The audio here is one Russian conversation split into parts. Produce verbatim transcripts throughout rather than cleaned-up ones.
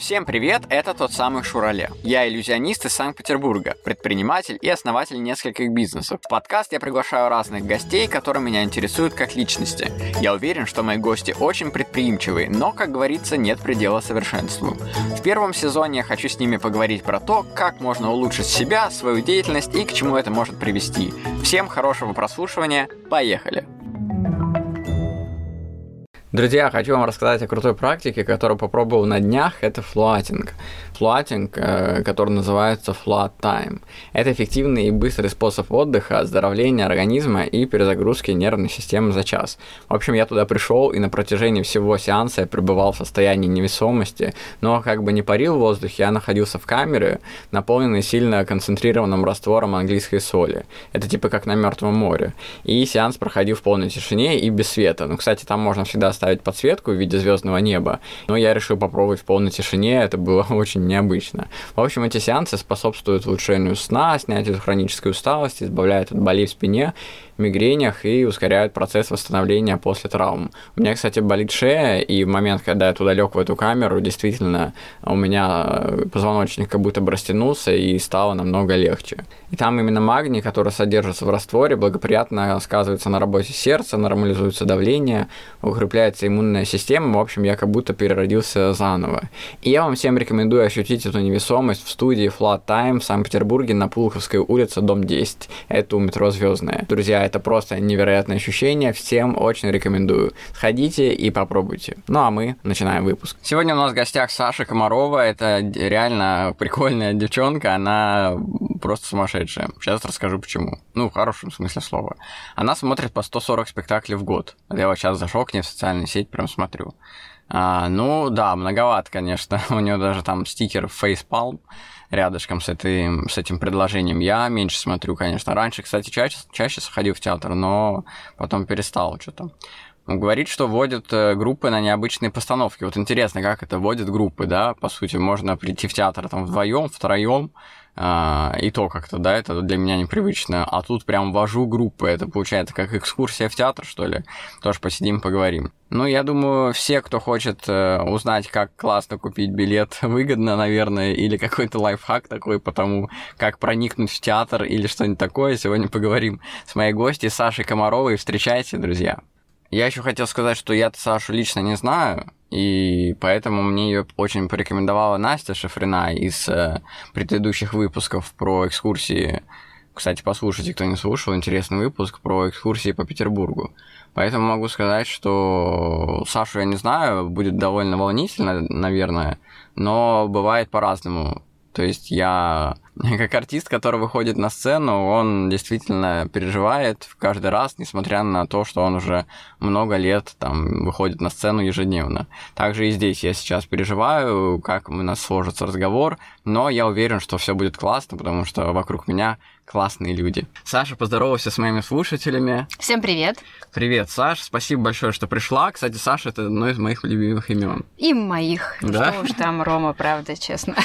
Всем привет, это тот самый Шурале. Я иллюзионист из Санкт-Петербурга, предприниматель и основатель нескольких бизнесов. В подкаст я приглашаю разных гостей, которые меня интересуют как личности. Я уверен, что мои гости очень предприимчивые, но, как говорится, нет предела совершенству. В первом сезоне я хочу с ними поговорить про то, как можно улучшить себя, свою деятельность и к чему это может привести. Всем хорошего прослушивания, поехали! Друзья, хочу вам рассказать о крутой практике, которую попробовал на днях, это флуатинг. Флуатинг, который называется Fluat Time. Это эффективный и быстрый способ отдыха, оздоровления организма и перезагрузки нервной системы за час. В общем, я туда пришел и на протяжении всего сеанса я пребывал в состоянии невесомости, но как бы не парил в воздухе, я находился в камере, наполненной сильно концентрированным раствором английской соли. Это типа как на Мертвом море. И сеанс проходил в полной тишине и без света. Ну, кстати, там можно всегда ставить подсветку в виде звездного неба, но я решил попробовать в полной тишине, это было очень необычно. В общем, эти сеансы способствуют улучшению сна, снятию хронической усталости, избавляют от болей в спине, мигренях и ускоряют процесс восстановления после травм. У меня, кстати, болит шея, и в момент, когда я туда лег в эту камеру, действительно у меня позвоночник как будто бы растянулся и стало намного легче. И там именно магний, который содержится в растворе, благоприятно сказывается на работе сердца, нормализуется давление, укрепляется иммунная система. В общем, я как будто переродился заново. И я вам всем рекомендую ощутить эту невесомость в студии Fluat Time в Санкт-Петербурге на Пулковской улице, дом десять. Это у метро Звездная. Друзья, это просто невероятное ощущение. Всем очень рекомендую. Сходите и попробуйте. Ну а мы начинаем выпуск. Сегодня у нас в гостях Саша Комарова. Это реально прикольная девчонка. Она просто сумасшедшая. Сейчас расскажу почему. Ну, в хорошем смысле слова. Она смотрит по сто сорок спектаклей в год. Я вот сейчас зашел к ней в социальную сеть, прям смотрю. А, ну, да, многовато, конечно. У нее даже там стикер фейспалм рядышком с, этой, с этим предложением. Я меньше смотрю, конечно. Раньше, кстати, чаще, чаще ходил в театр, но потом перестал что-то. Говорит, что вводят группы на необычные постановки. Вот интересно, как это вводят группы, да? По сути, можно прийти в театр там вдвоем, втроем, а, и то как-то, да, это для меня непривычно. А тут прям вожу группы. Это получается как экскурсия в театр, что ли? Тоже посидим, поговорим. Ну, я думаю, все, кто хочет узнать, как классно купить билет, выгодно, наверное, или какой-то лайфхак такой по тому, как проникнуть в театр или что-нибудь такое, сегодня поговорим с моей гостьей Сашей Комаровой. Встречайте, друзья. Я еще хотел сказать, что я Сашу лично не знаю, и поэтому мне ее очень порекомендовала Настя Шафрина из э, предыдущих выпусков про экскурсии. Кстати, послушайте, кто не слушал, интересный выпуск про экскурсии по Петербургу. Поэтому могу сказать, что Сашу я не знаю, будет довольно волнительно, наверное, но бывает по-разному. То есть я, как артист, который выходит на сцену, он действительно переживает каждый раз, несмотря на то, что он уже много лет там выходит на сцену ежедневно. Также и здесь я сейчас переживаю, как у нас сложится разговор, но я уверен, что все будет классно, потому что вокруг меня классные люди. Саша, поздоровайся с моими слушателями. Всем привет. Привет, Саш. Спасибо большое, что пришла. Кстати, Саша — это одно из моих любимых имен. И моих. Да? Что уж там, Рома, правда, честно.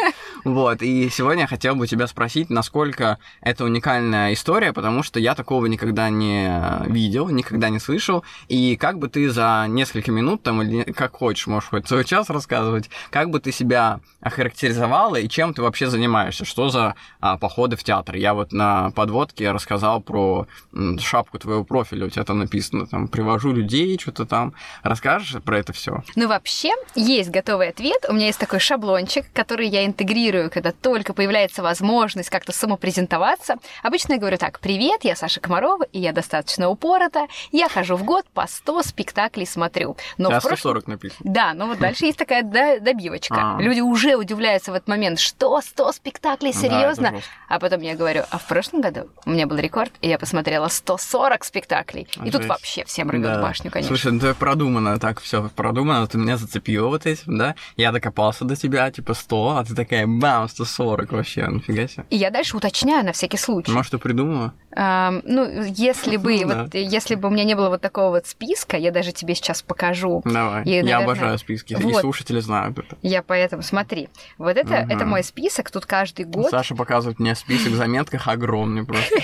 Вот, и сегодня я хотел бы тебя спросить, насколько это уникальная история, потому что я такого никогда не видел, никогда не слышал, и как бы ты за несколько минут, там, или как хочешь, можешь хоть целый час рассказывать, как бы ты себя охарактеризовала и чем ты вообще занимаешься, что за а, походы в театр? Я вот на подводке рассказал про шапку твоего профиля, у тебя там написано, там, привожу людей, что-то там. Расскажешь про это все? Ну, вообще, есть готовый ответ. У меня есть такой шаблончик, который я интегрирую, когда только появляется возможность как-то самопрезентоваться. Обычно я говорю так: привет, я Саша Комарова, и я достаточно упорота. Я хожу в год по сто спектаклей смотрю. Но а в прошлом... сто сорок написано. Да, но вот дальше есть такая добивочка. А-а-а. Люди уже удивляются в этот момент, что сто спектаклей, серьезно? Да, а потом я говорю: а в прошлом году у меня был рекорд, и я посмотрела сто сорок спектаклей. А и жесть. Тут вообще всем рвет да. башню, конечно. Слушай, ну это продумано, так все продумано, ты меня зацепила вот этим, да? Я докопался до тебя, типа сто, а ты такая, бам, сто сорок вообще, нифига себе. И я дальше уточняю на всякий случай. Может, ты придумала? Um, ну, если бы, вот, если бы у меня не было вот такого вот списка, я даже тебе сейчас покажу. Давай, и, наверное, я обожаю списки, вот. И слушатели знают это. Я поэтому, смотри, вот это, uh-huh. это мой список, тут каждый год... Саша показывает мне список в заметках огромный просто.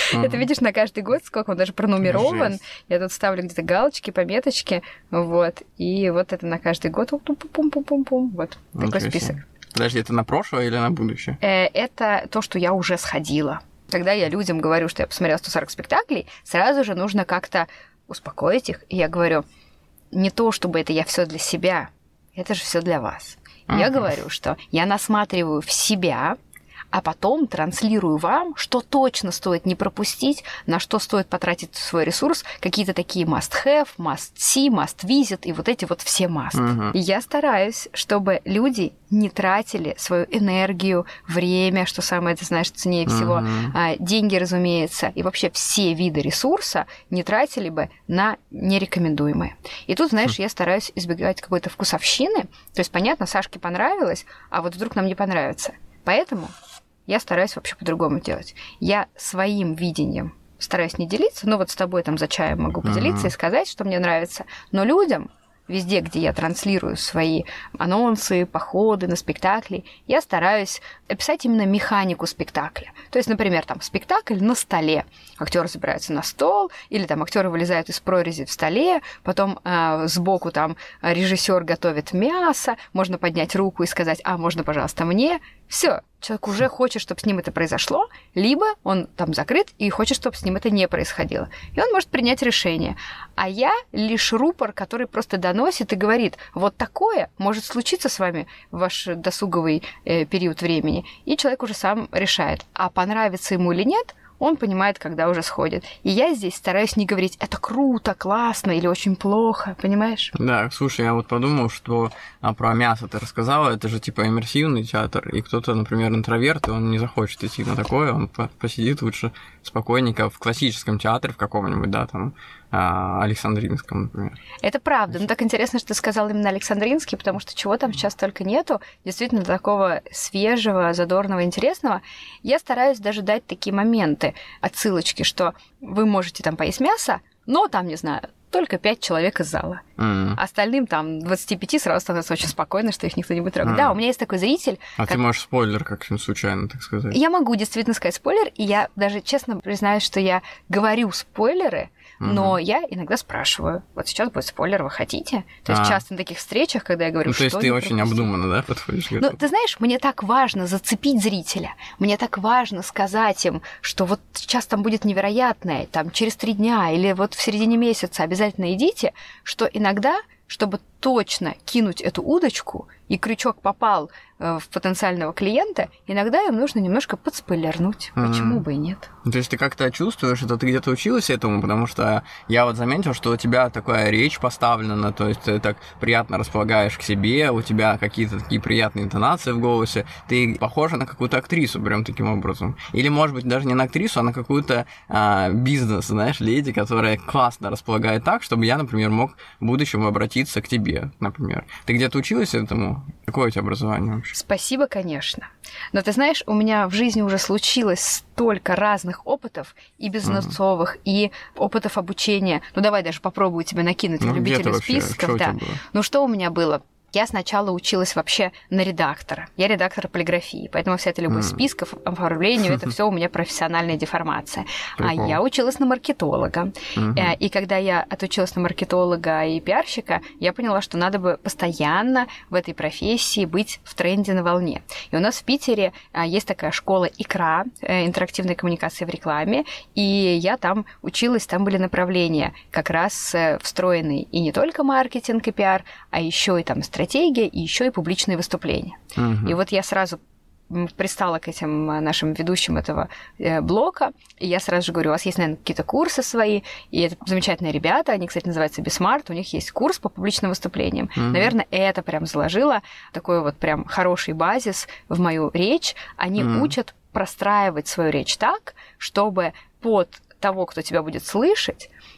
Это, видишь, на каждый год, сколько он даже пронумерован. Я тут ставлю где-то галочки, пометочки, вот. И вот это на каждый год. Пум-пум-пум-пум. Вот такой список. Подожди, это на прошлое или на будущее? Это то, что я уже сходила. Когда я людям говорю, что я посмотрела сто сорок спектаклей, сразу же нужно как-то успокоить их. И я говорю, не то, чтобы это я все для себя, это же все для вас. Uh-huh. Я говорю, что я насматриваю в себя, а потом транслирую вам, что точно стоит не пропустить, на что стоит потратить свой ресурс, какие-то такие must-have, must-see, must-visit и вот эти вот все must. Uh-huh. И я стараюсь, чтобы люди не тратили свою энергию, время, что самое, ты знаешь, ценнее всего, uh-huh. деньги, разумеется, и вообще все виды ресурса не тратили бы на нерекомендуемые. И тут, знаешь, uh-huh. я стараюсь избегать какой-то вкусовщины. То есть, понятно, Сашке понравилось, а вот вдруг нам не понравится. Поэтому я стараюсь вообще по-другому делать. Я своим видением стараюсь не делиться, но вот с тобой там за чаем могу поделиться uh-huh. и сказать, что мне нравится. Но людям, везде, где я транслирую свои анонсы, походы на спектакли, я стараюсь описать именно механику спектакля. То есть, например, там спектакль на столе. Актеры забираются на стол, или там актеры вылезают из прорези в столе, потом э, сбоку там режиссер готовит мясо, можно поднять руку и сказать, а, можно, пожалуйста, мне. Все, человек уже хочет, чтобы с ним это произошло, либо он там закрыт и хочет, чтобы с ним это не происходило. И он может принять решение. А я лишь рупор, который просто доносит и говорит, вот такое может случиться с вами в ваш досуговый э, период времени, и человек уже сам решает, а понравится ему или нет, он понимает, когда уже сходит. И я здесь стараюсь не говорить, это круто, классно или очень плохо, понимаешь? Да, слушай, я вот подумал, что а, про мясо ты рассказала, это же типа иммерсивный театр, и кто-то, например, интроверт, и он не захочет идти на такое, он посидит лучше спокойненько в классическом театре, в каком-нибудь, да, там, Александринском, например. Это правда. Ну, так интересно, что ты сказал именно Александринский, потому что чего там сейчас только нету, действительно такого свежего, задорного, интересного. Я стараюсь даже дать такие моменты, отсылочки, что вы можете там поесть мясо, но там, не знаю, только пять человек из зала. Mm. Остальным там двадцати пяти сразу становится очень спокойно, что их никто не будет трогать. Mm. Да, у меня есть такой зритель. А как... ты можешь спойлер как-нибудь случайно, так сказать? Я могу действительно сказать спойлер, и я даже честно признаюсь, что я говорю спойлеры, но mm-hmm. я иногда спрашиваю, вот сейчас будет спойлер, вы хотите? То есть а. часто на таких встречах, когда я говорю, ну, что... То есть ты очень пропустить. Обдуманно, да, подходишь к этому? Ну, ты знаешь, мне так важно зацепить зрителя, мне так важно сказать им, что вот сейчас там будет невероятное, там через три дня или вот в середине месяца обязательно идите, что иногда, чтобы точно кинуть эту удочку, и крючок попал в потенциального клиента, иногда им нужно немножко подспойлернуть. Mm-hmm. Почему бы и нет? То есть ты как-то чувствуешь, это ты где-то училась этому, потому что я вот заметил, что у тебя такая речь поставлена, то есть ты так приятно располагаешь к себе, у тебя какие-то такие приятные интонации в голосе, ты похожа на какую-то актрису прям таким образом. Или, может быть, даже не на актрису, а на какую-то а, бизнес, знаешь, леди, которая классно располагает так, чтобы я, например, мог в будущем обратиться к тебе, например. Ты где-то училась этому? Какое у тебя образование вообще? Спасибо, конечно. Но ты знаешь, у меня в жизни уже случилось столько разных опытов, и бизнесовых, mm-hmm. и опытов обучения. Ну, давай даже попробую тебе накинуть ну, любителей списков. Да. Ну, что у меня было? Я сначала училась вообще на редактора. Я редактор полиграфии, поэтому вся эта любовь mm. списков, оформлению, это все у меня профессиональная деформация. Прикол. А я училась на маркетолога. Mm-hmm. И когда я отучилась на маркетолога и пиарщика, я поняла, что надо бы постоянно в этой профессии быть в тренде, на волне. И у нас в Питере есть такая школа ИКРА, интерактивной коммуникации в рекламе, и я там училась, там были направления как раз встроенные и не только маркетинг и пиар, а еще и там стратегия, и еще и публичные выступления. Uh-huh. И вот я сразу пристала к этим нашим ведущим этого блока, и я сразу же говорю, у вас есть, наверное, какие-то курсы свои, и это замечательные ребята, они, кстати, называются Бисмарт, у них есть курс по публичным выступлениям. Uh-huh. Наверное, это прям заложило такой вот прям хороший базис в мою речь. Они uh-huh. учат простраивать свою речь так, чтобы под того, кто тебя будет слышать,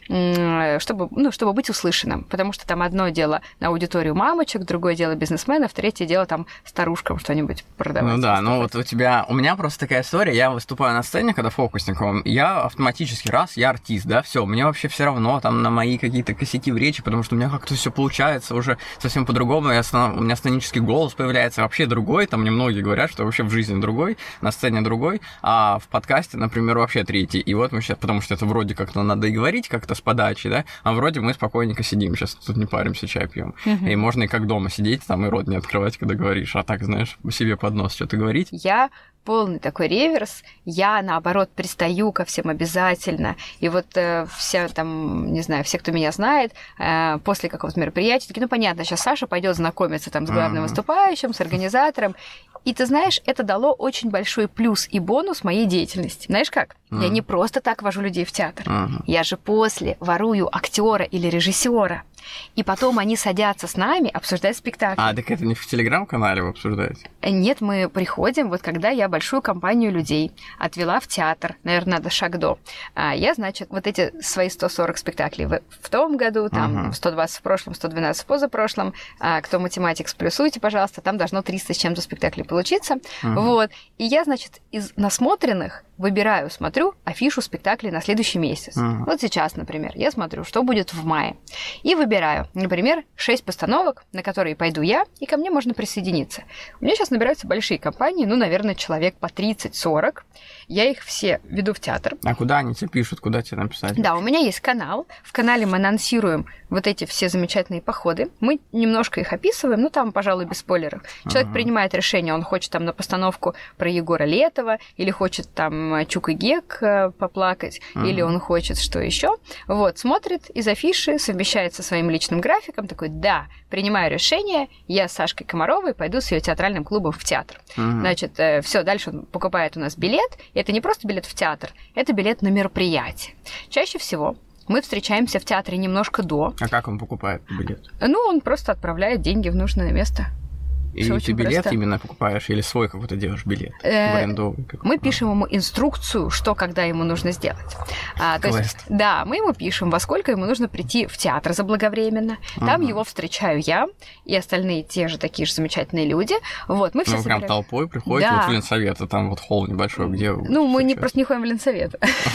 чтобы, ну, чтобы быть услышанным. Потому что там одно дело на аудиторию мамочек, другое дело бизнесменов, третье дело там старушкам что-нибудь продавать. Ну да, ну вот у тебя... У меня просто такая история, я выступаю на сцене, когда фокусником, я автоматически, раз, я артист, да, все, мне вообще все равно там на мои какие-то косяки в речи, потому что у меня как-то все получается уже совсем по-другому, я, у меня сценический голос появляется вообще другой, там мне многие говорят, что вообще в жизни другой, на сцене другой, а в подкасте, например, вообще третий. И вот мы сейчас, потому что это вроде как-то надо и говорить как-то с подачи, да, а вроде мы спокойненько сидим, сейчас тут не паримся, чай пьем. Uh-huh. И можно и как дома сидеть, там и рот не открывать, когда говоришь, а так, знаешь, себе под нос что-то говорить. Я полный такой реверс, я, наоборот, пристаю ко всем обязательно, и вот э, вся там, не знаю, все, кто меня знает, э, после какого-то мероприятия, такие, ну, понятно, сейчас Саша пойдет знакомиться там с главным uh-huh. выступающим, с организатором, и ты знаешь, это дало очень большой плюс и бонус моей деятельности. Знаешь как? Uh-huh. Я не просто так вожу людей в театр, uh-huh. я же после ворую актера или режиссера. И потом они садятся с нами обсуждать спектакль. А, так это не в Телеграм-канале вы обсуждаете? Нет, мы приходим, вот когда я большую компанию людей отвела в театр, наверное, надо шаг до. А я, значит, вот эти свои сто сорок спектаклей в, в том году, там uh-huh. сто двадцать в прошлом, сто двенадцать в позапрошлом, а, кто математик, сплюсуйте, пожалуйста, там должно триста с чем-то спектаклей получиться. Uh-huh. Вот. И я, значит, из насмотренных выбираю, смотрю афишу спектаклей на следующий месяц. Uh-huh. Вот сейчас, например, я смотрю, что будет в мае. И выбираю, например, шесть постановок, на которые пойду я, и ко мне можно присоединиться. У меня сейчас набираются большие компании, ну, наверное, человек по тридцать-сорок. Я их все веду в театр. А куда они тебе пишут, куда тебе написать? Да, у меня есть канал. В канале мы анонсируем вот эти все замечательные походы. Мы немножко их описываем, ну, там, пожалуй, без спойлеров. Человек uh-huh. принимает решение, он хочет там на постановку про Егора Летова, или хочет там Чук и Гек поплакать, uh-huh. или он хочет что еще. Вот, смотрит из афиши, совмещает со своим личным графиком, такой, да, принимаю решение, я с Сашкой Комаровой пойду с ее театральным клубом в театр. Uh-huh. Значит, все, дальше он покупает у нас билет, и это не просто билет в театр, это билет на мероприятие. Чаще всего мы встречаемся в театре немножко до. А как он покупает билет? Ну, он просто отправляет деньги в нужное место. И Всё ты билет просто. Именно покупаешь или свой какой-то делаешь билет? Э, брендовый? Мы пишем ему инструкцию, что, когда ему нужно сделать. А, то есть, да, мы ему пишем, во сколько ему нужно прийти в театр заблаговременно. Там uh-huh. его встречаю я и остальные те же такие же замечательные люди. Вот, мы все ну, прям толпой приходите, да. Вот в Ленсовет, а там вот холл небольшой, где... Ну, мы не, просто не ходим в Ленсовет.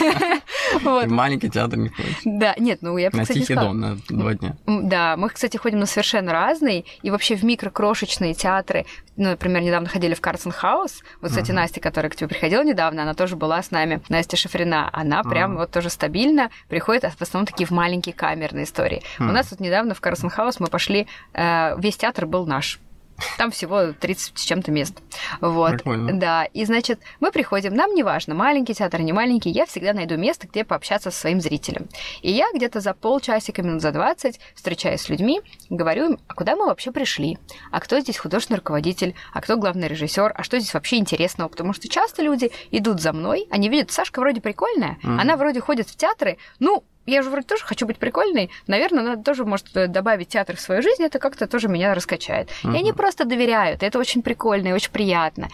Маленький театр не ходит. Да, нет, ну я, кстати, на Тихий Дон на два дня. Да, мы, кстати, ходим на совершенно разные, и вообще в микрокрошечные театры. Ну, например, недавно ходили в Карсон Хаус. Вот, кстати, uh-huh. Настя, которая к тебе приходила недавно, она тоже была с нами. Настя Шифрина. Она uh-huh. прям вот тоже стабильно приходит, а в основном такие в маленькие камерные истории. Uh-huh. У нас вот недавно в Карсон Хаус мы пошли, э, весь театр был наш. Там всего тридцать с чем-то мест. Вот. Прикольно. Да. И, значит, мы приходим, нам не важно, маленький театр, не маленький, я всегда найду место, где пообщаться со своим зрителем. И я где-то за полчасика, минут за двадцать, встречаюсь с людьми, говорю им, а куда мы вообще пришли? А кто здесь художественный руководитель? А кто главный режиссер? А что здесь вообще интересного? Потому что часто люди идут за мной, они видят, Сашка вроде прикольная, mm-hmm. она вроде ходит в театры, ну, я же вроде тоже хочу быть прикольной. Наверное, надо тоже, может, добавить театр в свою жизнь, это как-то тоже меня раскачает. Uh-huh. И они просто доверяют, это очень прикольно и очень приятно.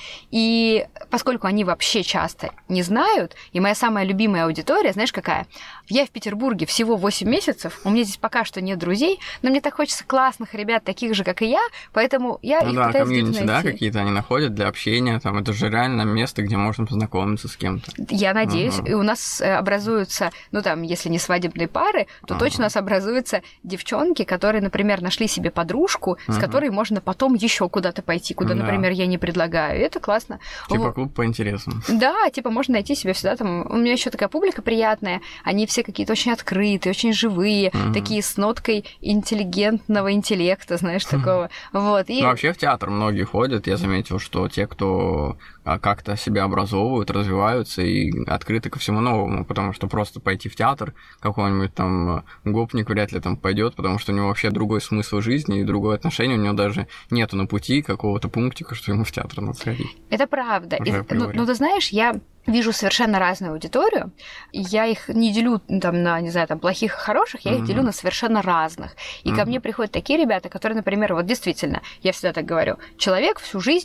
И поскольку они вообще часто не знают, и моя самая любимая аудитория, знаешь, какая? Я в Петербурге всего восемь месяцев, у меня здесь пока что нет друзей, но мне так хочется классных ребят, таких же, как и я, поэтому я ну их да, пытаюсь комьюнити, найти. Да, какие-то они находят для общения, там, это же реально место, где можно познакомиться с кем-то. Я надеюсь, uh-huh. и у нас образуются, ну, там, если не свадьба, свадебной пары, то ага. точно у нас образуются девчонки, которые, например, нашли себе подружку, ага. с которой можно потом еще куда-то пойти, куда, да. например, я не предлагаю. И это классно. Типа клуб по интересам. Да, типа можно найти себе всегда там. У меня еще такая публика приятная. Они все какие-то очень открытые, очень живые, ага. такие с ноткой интеллигентного интеллекта, знаешь, такого. Вот. И... Ну, вообще в театр многие ходят. Я заметил, что те, кто как-то себя образовывают, развиваются и открыты ко всему новому, потому что просто пойти в театр, какой-нибудь там гопник вряд ли там пойдет, потому что у него вообще другой смысл жизни и другое отношение, у него даже нету на пути какого-то пунктика, что ему в театр надо сходить. Это правда. И, ну, ну, ты знаешь, я вижу совершенно разную аудиторию, и я их не делю там, на, не знаю, там, плохих и хороших, я mm-hmm. их делю на совершенно разных. И mm-hmm. ко мне приходят такие ребята, которые, например, вот действительно, я всегда так говорю, человек всю жизнь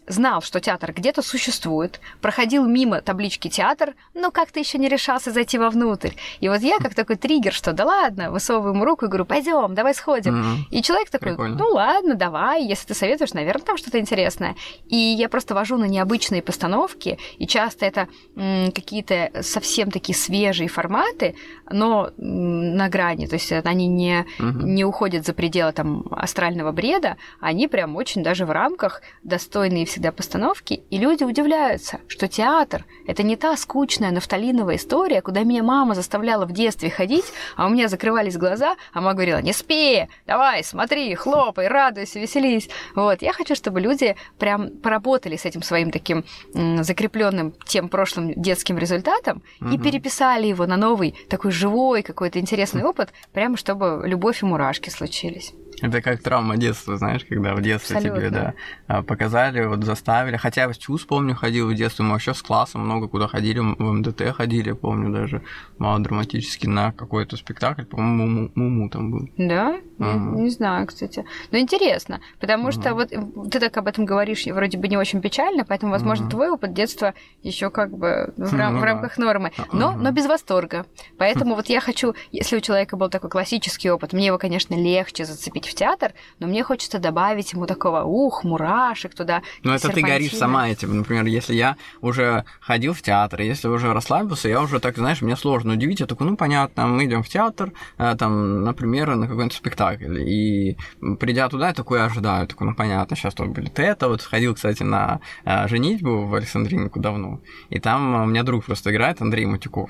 знал, что театр где-то существует, проходил мимо таблички «театр», но как-то еще не решался зайти вовнутрь. И вот я как такой триггер, что да ладно, высовываю ему руку и говорю, пойдем, давай сходим. Mm-hmm. И человек такой, Прикольно. ну ладно, давай, если ты советуешь, наверное, там что-то интересное. И я просто вожу на необычные постановки, и часто это м, какие-то совсем такие свежие форматы, но м, на грани, то есть они не, mm-hmm. не уходят за пределы там астрального бреда, они прям очень даже в рамках достойные всегда постановки, и люди удивляются, что театр — это не та скучная нафталиновая история, куда меня мама заставляла в детстве ходить, а у меня закрывались глаза, а мама говорила, не спи, давай, смотри, хлопай, радуйся, веселись. Вот, я хочу, чтобы люди прям поработали с этим своим таким м, закрепленным тем прошлым детским результатом угу. и переписали его на новый, такой живой, какой-то интересный опыт, прямо чтобы любовь и мурашки случились. Это как травма детства, знаешь, когда в детстве Абсолютно. тебе да, показали, вот заставили. Хотя я в ЧУС, помню, ходил в детстве, мы вообще с классом много куда ходили, в МДТ ходили, помню, даже малодраматически на какой-то спектакль, по-моему, Муму там был. Да? Uh-huh. Не, не знаю, кстати. Но интересно, потому uh-huh. что вот ты так об этом говоришь, вроде бы не очень печально, поэтому, возможно, uh-huh. твой опыт детства еще как бы в, рам- uh-huh. в рамках нормы, но, uh-huh. но без восторга. Поэтому uh-huh. вот я хочу, если у человека был такой классический опыт, мне его, конечно, легче зацепить в театр, но мне хочется добавить ему такого, ух, мурашек туда. Ну, это ты горишь сама этим. Например, если я уже ходил в театр, если уже расслабился, я уже так, знаешь, мне сложно удивить. Я такой, ну, понятно, мы идем в театр, там, например, на какой-нибудь спектакль. И придя туда, я такой ожидаю. Такой, ну, понятно, сейчас тут будет это. Вот ходил, кстати, на женитьбу в Александринку давно. И там у меня друг просто играет, Андрей Матюков.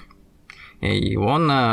И он э,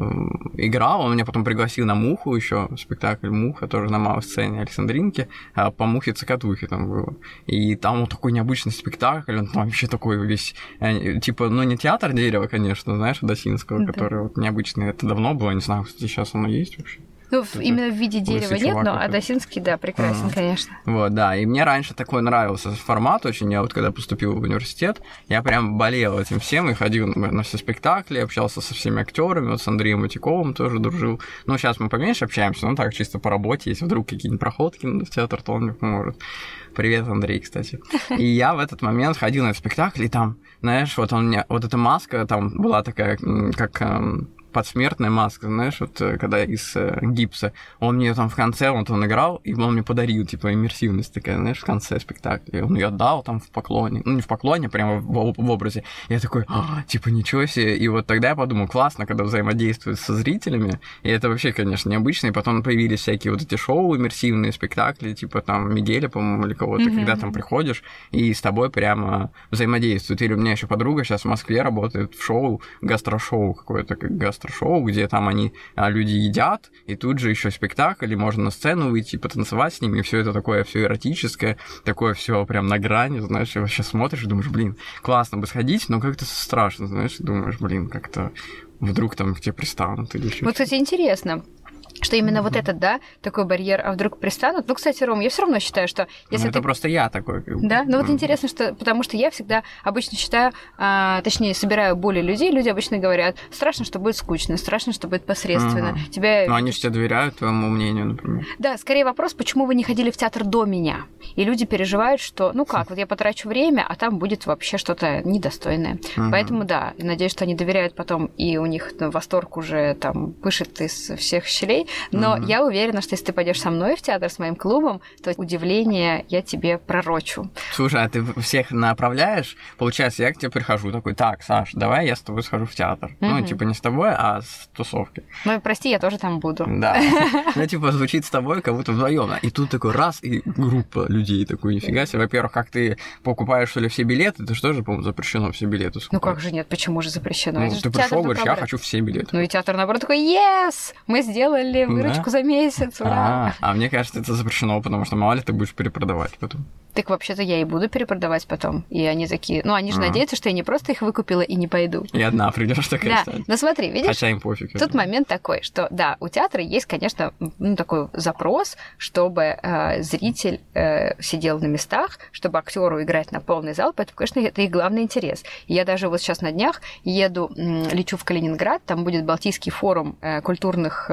играл, он меня потом пригласил на «Муху» еще, спектакль «Муха», тоже на малой сцене Александринки, э, по «Мухе-цокотухе» там было. И там вот такой необычный спектакль, он там вообще такой весь, э, типа, ну не театр дерева, конечно, знаешь, Досинского, да. который вот необычный, это давно было, не знаю, кстати, сейчас оно есть вообще. Ну, это именно в виде дерева нет, но Адасинский, да, прекрасен, uh-huh. конечно. Вот, да, и мне раньше такой нравился формат очень. Я вот когда поступил в университет, я прям болел этим всем и ходил на все спектакли, общался со всеми актерами, вот с Андреем Матюковым тоже дружил. Ну, сейчас мы поменьше общаемся, но так чисто по работе, если вдруг какие-нибудь проходки в театр, то он мне поможет. Привет, Андрей, кстати. И я в этот момент ходил на этот спектакль, и там, знаешь, вот он мне, вот эта маска там была такая, как... подсмертная маска, знаешь, вот когда из э, гипса. Он мне там в конце, вот он играл, и он мне подарил, типа, иммерсивность такая, знаешь, в конце спектакля. И он ее отдал там в поклоне. Ну, не в поклоне, прямо в, в образе. Я такой, типа, ничего себе. И вот тогда я подумал, классно, когда взаимодействуют со зрителями. И это вообще, конечно, необычно. И потом появились всякие вот эти шоу, иммерсивные спектакли, типа там Мигеля, по-моему, или кого-то, mm-hmm. когда там приходишь, и с тобой прямо взаимодействуют. Или у меня еще подруга сейчас в Москве работает в шоу, гастрошоу какое-то, как гастро шоу, где там они, а, люди едят, и тут же еще спектакль, и можно на сцену выйти, потанцевать с ними, и все это такое все эротическое, такое все прям на грани, знаешь, и вообще смотришь и думаешь, блин, классно бы сходить, но как-то страшно, знаешь, думаешь, блин, как-то вдруг там к тебе пристанут или еще. Вот, кстати, интересно, что именно mm-hmm. вот этот, да, такой барьер, а вдруг пристанут. Ну, кстати, Ром, я все равно считаю, что если ну, это ты... просто я такой. Как бы. Да, ну вот mm-hmm. интересно, что потому что я всегда обычно считаю, а, точнее, собираю боли людей, люди обычно говорят, страшно, что будет скучно, страшно, что будет посредственно. Mm-hmm. Тебя... Ну, они же тебе доверяют твоему мнению, например. Да, скорее вопрос, почему вы не ходили в театр до меня? И люди переживают, что, ну как, вот я потрачу время, а там будет вообще что-то недостойное. Mm-hmm. Поэтому, да, надеюсь, что они доверяют потом, и у них ну, восторг уже там пышет из всех щелей. Но mm-hmm. я уверена, что если ты пойдешь со мной в театр, с моим клубом, то удивление я тебе пророчу. Слушай, а ты всех направляешь? Получается, я к тебе прихожу, такой, так, Саш, давай я с тобой схожу в театр. Mm-hmm. Ну, типа не с тобой, а с тусовки. Ну, прости, я тоже там буду. Да. Ну, типа, звучит с тобой, как будто вдвоем. И тут такой раз, и группа людей такой, нифига себе. Во-первых, как ты покупаешь, что ли, все билеты, это же тоже, по-моему, запрещено все билеты скупать. Ну, как же нет, почему же запрещено? Ну, ты пришел, говоришь, я хочу все билеты. Ну, и театр, наоборот, такой, yes, мы сделали выручку да? за месяц, ура! А, а мне кажется, это запрещено, потому что мало ли ты будешь перепродавать потом. Так вообще-то я и буду перепродавать потом. И они такие... Ну, они же mm. надеются, что я не просто их выкупила и не пойду. И одна придешь такая да. стать. Ну, смотри, видишь? Хотя им пофиг. Тут это. Момент такой, что, да, у театра есть, конечно, ну, такой запрос, чтобы э, зритель э, сидел на местах, чтобы актеру играть на полный зал, поэтому, конечно, это их главный интерес. И я даже вот сейчас на днях еду, лечу в Калининград, там будет Балтийский форум э, культурных э, сотрудников,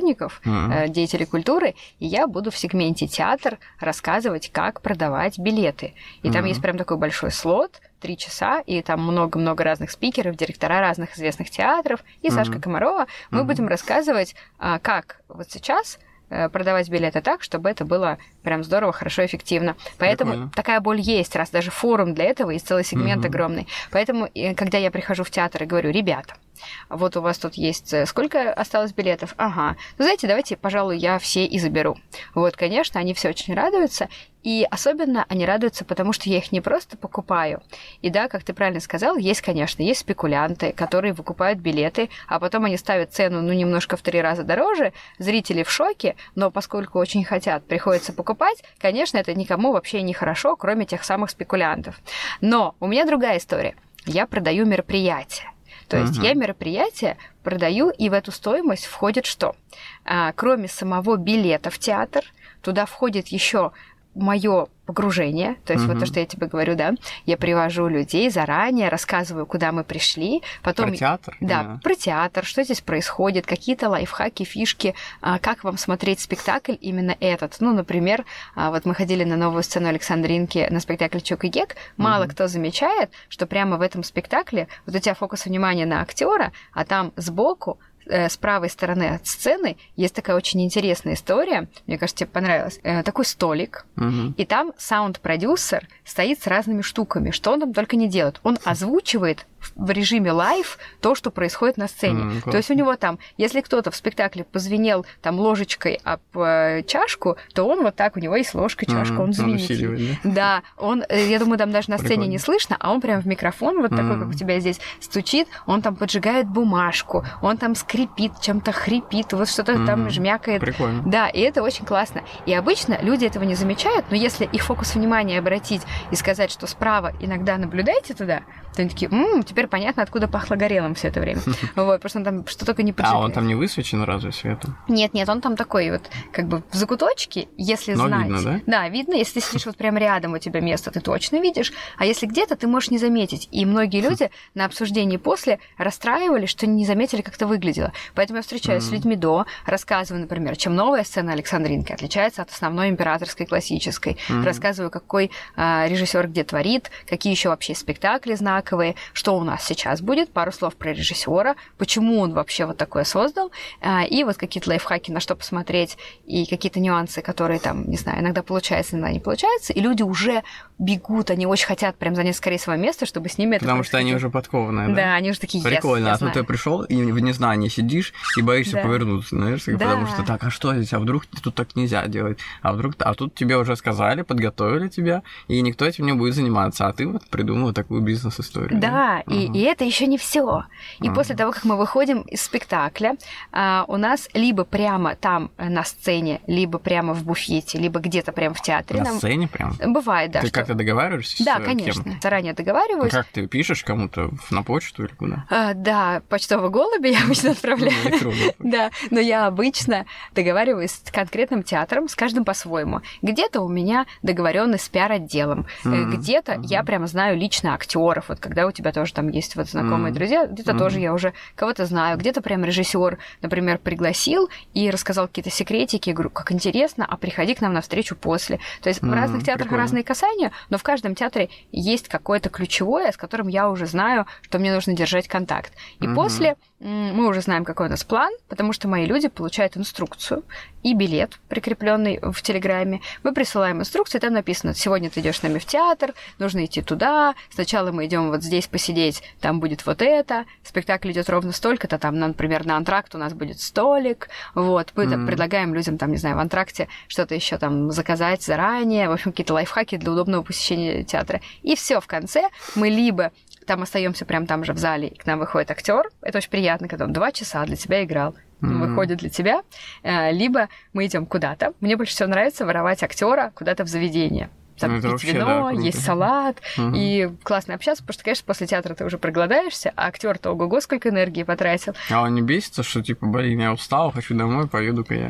сотрудников, mm-hmm. деятелей культуры, и я буду в сегменте театр рассказывать, как продавать билеты. И mm-hmm. там есть прям такой большой слот, три часа, и там много-много разных спикеров, директора разных известных театров, и mm-hmm. Сашка Комарова. Мы mm-hmm. будем рассказывать, как вот сейчас продавать билеты так, чтобы это было прям здорово, хорошо, эффективно. Поэтому Прикольно. Такая боль есть, раз даже форум для этого есть целый сегмент mm-hmm. огромный. Поэтому, когда я прихожу в театр и говорю, ребята, вот у вас тут есть сколько осталось билетов? Ага. Ну, знаете, давайте, пожалуй, я все и заберу. Вот, конечно, они все очень радуются. И особенно они радуются, потому что я их не просто покупаю. И да, как ты правильно сказал, есть, конечно, есть спекулянты, которые выкупают билеты, а потом они ставят цену, ну, немножко в три раза дороже. Зрители в шоке, но поскольку очень хотят, приходится покупать, конечно, это никому вообще не хорошо, кроме тех самых спекулянтов. Но у меня другая история. Я продаю мероприятия. То есть uh-huh. я мероприятие продаю, и в эту стоимость входит что? А, кроме самого билета в театр, туда входит еще мое погружение, то есть uh-huh. вот то, что я тебе говорю, да, я привожу людей заранее, рассказываю, куда мы пришли, потом... Про театр? Да, yeah. про театр, что здесь происходит, какие-то лайфхаки, фишки, как вам смотреть спектакль именно этот. Ну, например, вот мы ходили на новую сцену Александринки на спектакль «Чок и Гек», мало uh-huh. кто замечает, что прямо в этом спектакле вот у тебя фокус внимания на актера, а там сбоку с правой стороны от сцены есть такая очень интересная история, мне кажется, тебе понравилось. Такой столик, угу. и там саунд-продюсер стоит с разными штуками. Что он там только не делает? Он озвучивает в режиме лайв то, что происходит на сцене. Mm, то есть у него там, если кто-то в спектакле позвенел там ложечкой об э, чашку, то он вот так, у него есть ложка, чашка, mm, он звенит. Он да? да, он, я думаю, там даже на сцене Прикольно. Не слышно, а он прям в микрофон, вот mm. такой, как у тебя здесь, стучит, он там поджигает бумажку, он там скрипит, чем-то хрипит, вот что-то mm. там жмякает. Прикольно. Да, и это очень классно. И обычно люди этого не замечают, но если их фокус внимания обратить и сказать, что справа иногда наблюдайте туда, то они такие, м-м, теперь понятно, откуда пахло горелым все это время. Вот, потому что он там что только не поджигает. А он там не высвечен разве светом? Нет, нет, он там такой вот, как бы в закуточке, если Но знать. видно, да? Да, видно, если ты сидишь вот прям рядом у тебя место, ты точно видишь, а если где-то, ты можешь не заметить. И многие люди на обсуждении после расстраивались, что не заметили, как это выглядело. Поэтому я встречаюсь mm-hmm. с людьми до, рассказываю, например, чем новая сцена Александринки отличается от основной императорской классической. Mm-hmm. Рассказываю, какой а, режиссер где творит, какие еще вообще спектакли знаковые, что у нас сейчас будет, пару слов про режиссера, почему он вообще вот такое создал, и вот какие-то лайфхаки, на что посмотреть, и какие-то нюансы, которые там, не знаю, иногда получается, иногда не получается, и люди уже бегут, они очень хотят прям занять скорее свое место, чтобы с ними это Потому что они уже подкованные, да? Да, они уже такие, yes, Прикольно, я а знаю. тут ты пришел и в незнании сидишь и боишься да. повернуться, знаешь, да. потому что так, а что здесь, а вдруг тут так нельзя делать, а вдруг, а тут тебе уже сказали, подготовили тебя, и никто этим не будет заниматься, а ты вот придумал такую бизнес-историю. Да, да? И, угу. и это еще не все. И угу. после того, как мы выходим из спектакля, а, у нас либо прямо там на сцене, либо прямо в буфете, либо где-то прямо в театре. На нам... сцене прям? Бывает, да. Ты что... как-то договариваешься да, с конечно. кем? Заранее договариваюсь. А как ты пишешь кому-то на почту или куда? А, да, почтового голубя я обычно отправляю. Да, но я обычно договариваюсь с конкретным театром, с каждым по-своему. Где-то у меня договоренность с пиар-отделом, где-то я прям знаю лично актеров. Вот когда у тебя тоже там есть вот знакомые mm-hmm. друзья, где-то mm-hmm. тоже я уже кого-то знаю, где-то прям режиссер, например, пригласил и рассказал какие-то секретики, я говорю, как интересно, а приходи к нам на встречу после. То есть mm-hmm. в разных театрах Прикольно. Разные касания, но в каждом театре есть какое-то ключевое, с которым я уже знаю, что мне нужно держать контакт. И mm-hmm. после мы уже знаем, какой у нас план, потому что мои люди получают инструкцию и билет, прикрепленный в Телеграме. Мы присылаем инструкцию, там написано, сегодня ты идешь с нами в театр, нужно идти туда, сначала мы идем вот здесь посидеть, там будет вот это, спектакль идет ровно столько-то, там, например, на антракт у нас будет столик, вот, мы mm-hmm. предлагаем людям, там, не знаю, в антракте что-то еще там заказать заранее, в общем, какие-то лайфхаки для удобного посещения театра. И все в конце мы либо там остаемся прямо там же в зале, и к нам выходит актер. Это очень приятно, когда он два часа для тебя играл. Он mm-hmm. выходит для тебя. Либо мы идем куда-то. Мне больше всего нравится воровать актера куда-то в заведение. Там ну, пить вино, да, есть салат, угу. и классно общаться, потому что, конечно, после театра ты уже проголодаешься, а актер-то ого-го сколько энергии потратил. А он не бесится, что типа, блин, я устал, хочу домой, поеду-ка я.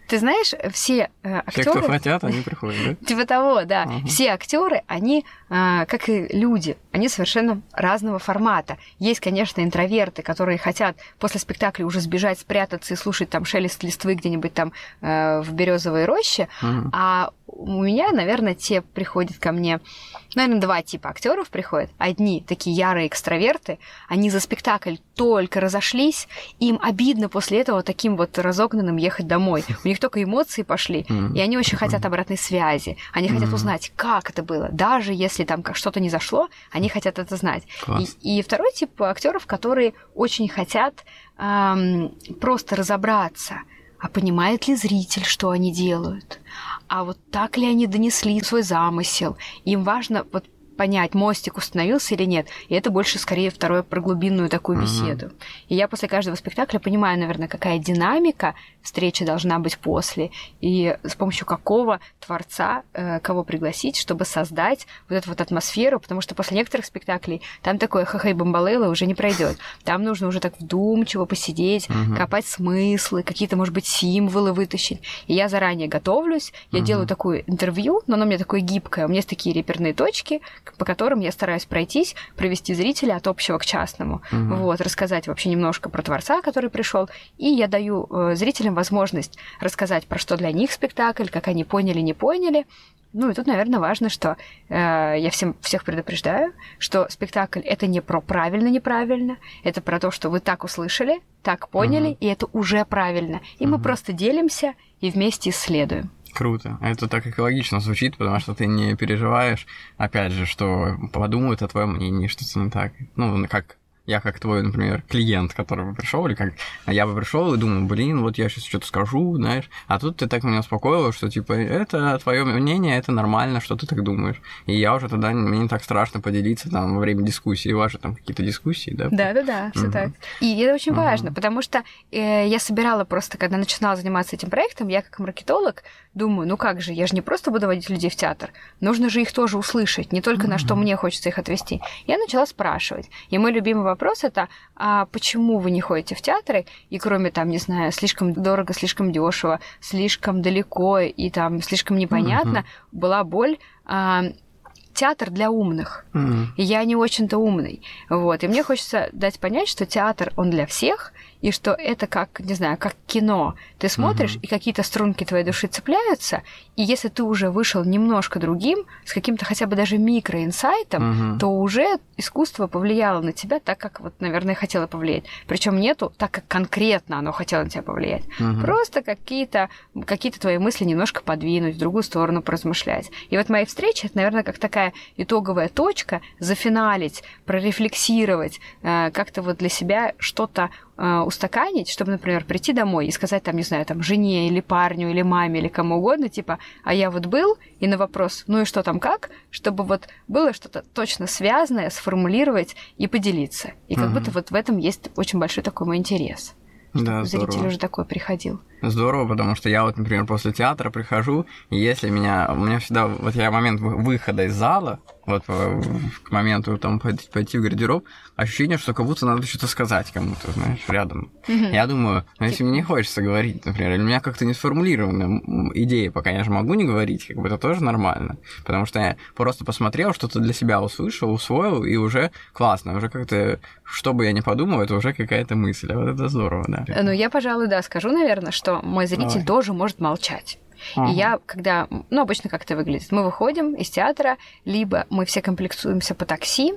Ты знаешь, все э, актеры... Все, кто хотят, они приходят, да? Типа того, да. Uh-huh. Все актеры, они, э, как и люди, они совершенно разного формата. Есть, конечно, интроверты, которые хотят после спектакля уже сбежать, спрятаться и слушать там шелест листвы где-нибудь там э, в березовой роще. Uh-huh. А у меня, наверное, те приходят ко мне... Наверное, два типа актеров приходят. Одни такие ярые экстраверты, они за спектакль только разошлись, им обидно после этого таким вот разогнанным ехать домой. У них только эмоции пошли, mm-hmm. и они очень хотят обратной связи. Они mm-hmm. хотят узнать, как это было. Даже если там что-то не зашло, они хотят это знать. И, и второй тип актеров, которые очень хотят эм, просто разобраться, а понимает ли зритель, что они делают? А вот так ли они донесли свой замысел? Им важно вот понять, мостик установился или нет. И это больше, скорее, второе про глубинную такую беседу. Uh-huh. И я после каждого спектакля понимаю, наверное, какая динамика встречи должна быть после, и с помощью какого творца, э, кого пригласить, чтобы создать вот эту вот атмосферу, потому что после некоторых спектаклей там такое ха-ха-бомбалейла уже не пройдет. Там нужно уже так вдумчиво посидеть, uh-huh. копать смыслы, какие-то, может быть, символы вытащить. И я заранее готовлюсь, я uh-huh. делаю такое интервью, но оно у меня такое гибкое, у меня есть такие реперные точки, по которым я стараюсь пройтись, провести зрителя от общего к частному, uh-huh. вот, рассказать вообще немножко про творца, который пришел, и я даю э, зрителям возможность рассказать, про что для них спектакль, как они поняли, не поняли. Ну и тут, наверное, важно, что э, я всем, всех предупреждаю, что спектакль — это не про правильно-неправильно, это про то, что вы так услышали, так поняли, uh-huh. и это уже правильно. И uh-huh. мы просто делимся и вместе исследуем. Круто. Это так экологично звучит, потому что ты не переживаешь, опять же, что подумают о твоем мнении, что-то не так. Ну, как я, как твой, например, клиент, который бы пришел, или как я бы пришел и думал, блин, вот я сейчас что-то скажу, знаешь, а тут ты так меня успокоила, что типа это твое мнение, это нормально, что ты так думаешь. И я уже тогда, мне не так страшно поделиться там во время дискуссии, у вас же там какие-то дискуссии, да? Да, да, да, все угу. так. И это очень угу. важно, потому что э, я собирала просто, когда начинала заниматься этим проектом, я как маркетолог думаю, ну как же, я же не просто буду водить людей в театр, нужно же их тоже услышать, не только угу. на что мне хочется их отвести. Я начала спрашивать, и мой любимый вопрос Вопрос это, а почему вы не ходите в театры, и кроме там, не знаю, слишком дорого, слишком дешево, слишком далеко и там слишком непонятно, uh-huh. была боль. А, театр для умных. Uh-huh. И я не очень-то умный. Вот. И мне хочется дать понять, что театр, он для всех, и что это как, не знаю, как кино. Ты смотришь, uh-huh. и какие-то струнки твоей души цепляются, и если ты уже вышел немножко другим, с каким-то хотя бы даже микроинсайтом, uh-huh. то уже искусство повлияло на тебя так, как, вот, наверное, хотело повлиять. Причем нету так, как конкретно оно хотело на тебя повлиять. Uh-huh. Просто какие-то, какие-то твои мысли немножко подвинуть, в другую сторону поразмышлять. И вот мои встречи, это, наверное, как такая итоговая точка, зафиналить, прорефлексировать, как-то вот для себя что-то устаканить, чтобы, например, прийти домой и сказать, там, не знаю, там, жене или парню, или маме, или кому угодно, типа, а я вот был, и на вопрос, ну и что там, как, чтобы вот было что-то точно связанное, сформулировать и поделиться. И как угу. будто вот в этом есть очень большой такой мой интерес. Да, зритель здорово. уже такой приходил. Здорово, потому что я вот, например, после театра прихожу, и если меня... У меня всегда... Вот я момент выхода из зала, вот к моменту там пойти в гардероб, ощущение, что как будто надо что-то сказать кому-то, знаешь, рядом. Mm-hmm. Я думаю, ну если мне не хочется говорить, например, или у меня как-то не сформулирована идея, пока я же могу не говорить, как бы это тоже нормально. Потому что я просто посмотрел, что-то для себя услышал, усвоил, и уже классно, уже как-то, что бы я ни подумал, это уже какая-то мысль. А вот это здорово, да. Ну, я, пожалуй, да, скажу, наверное, что мой зритель Давай. тоже может молчать. Ага. И я, когда... Ну, обычно как это выглядит. Мы выходим из театра, либо мы все комплектуемся по такси,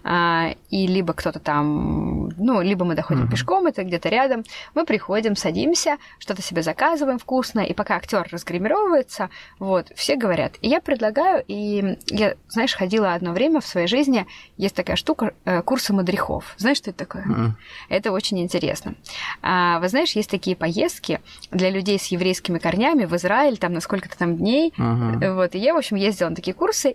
а, и либо кто-то там... Ну, либо мы доходим uh-huh. пешком, это где-то рядом. Мы приходим, садимся, что-то себе заказываем вкусное, и пока актер разгримировывается, вот, все говорят. И я предлагаю, и я, знаешь, ходила одно время в своей жизни, есть такая штука, курсы мадрихов. Знаешь, что это такое? Uh-huh. Это очень интересно. А, вы знаешь, есть такие поездки для людей с еврейскими корнями в Израиль, там на сколько-то там дней. Uh-huh. Вот. И я, в общем, ездила на такие курсы, и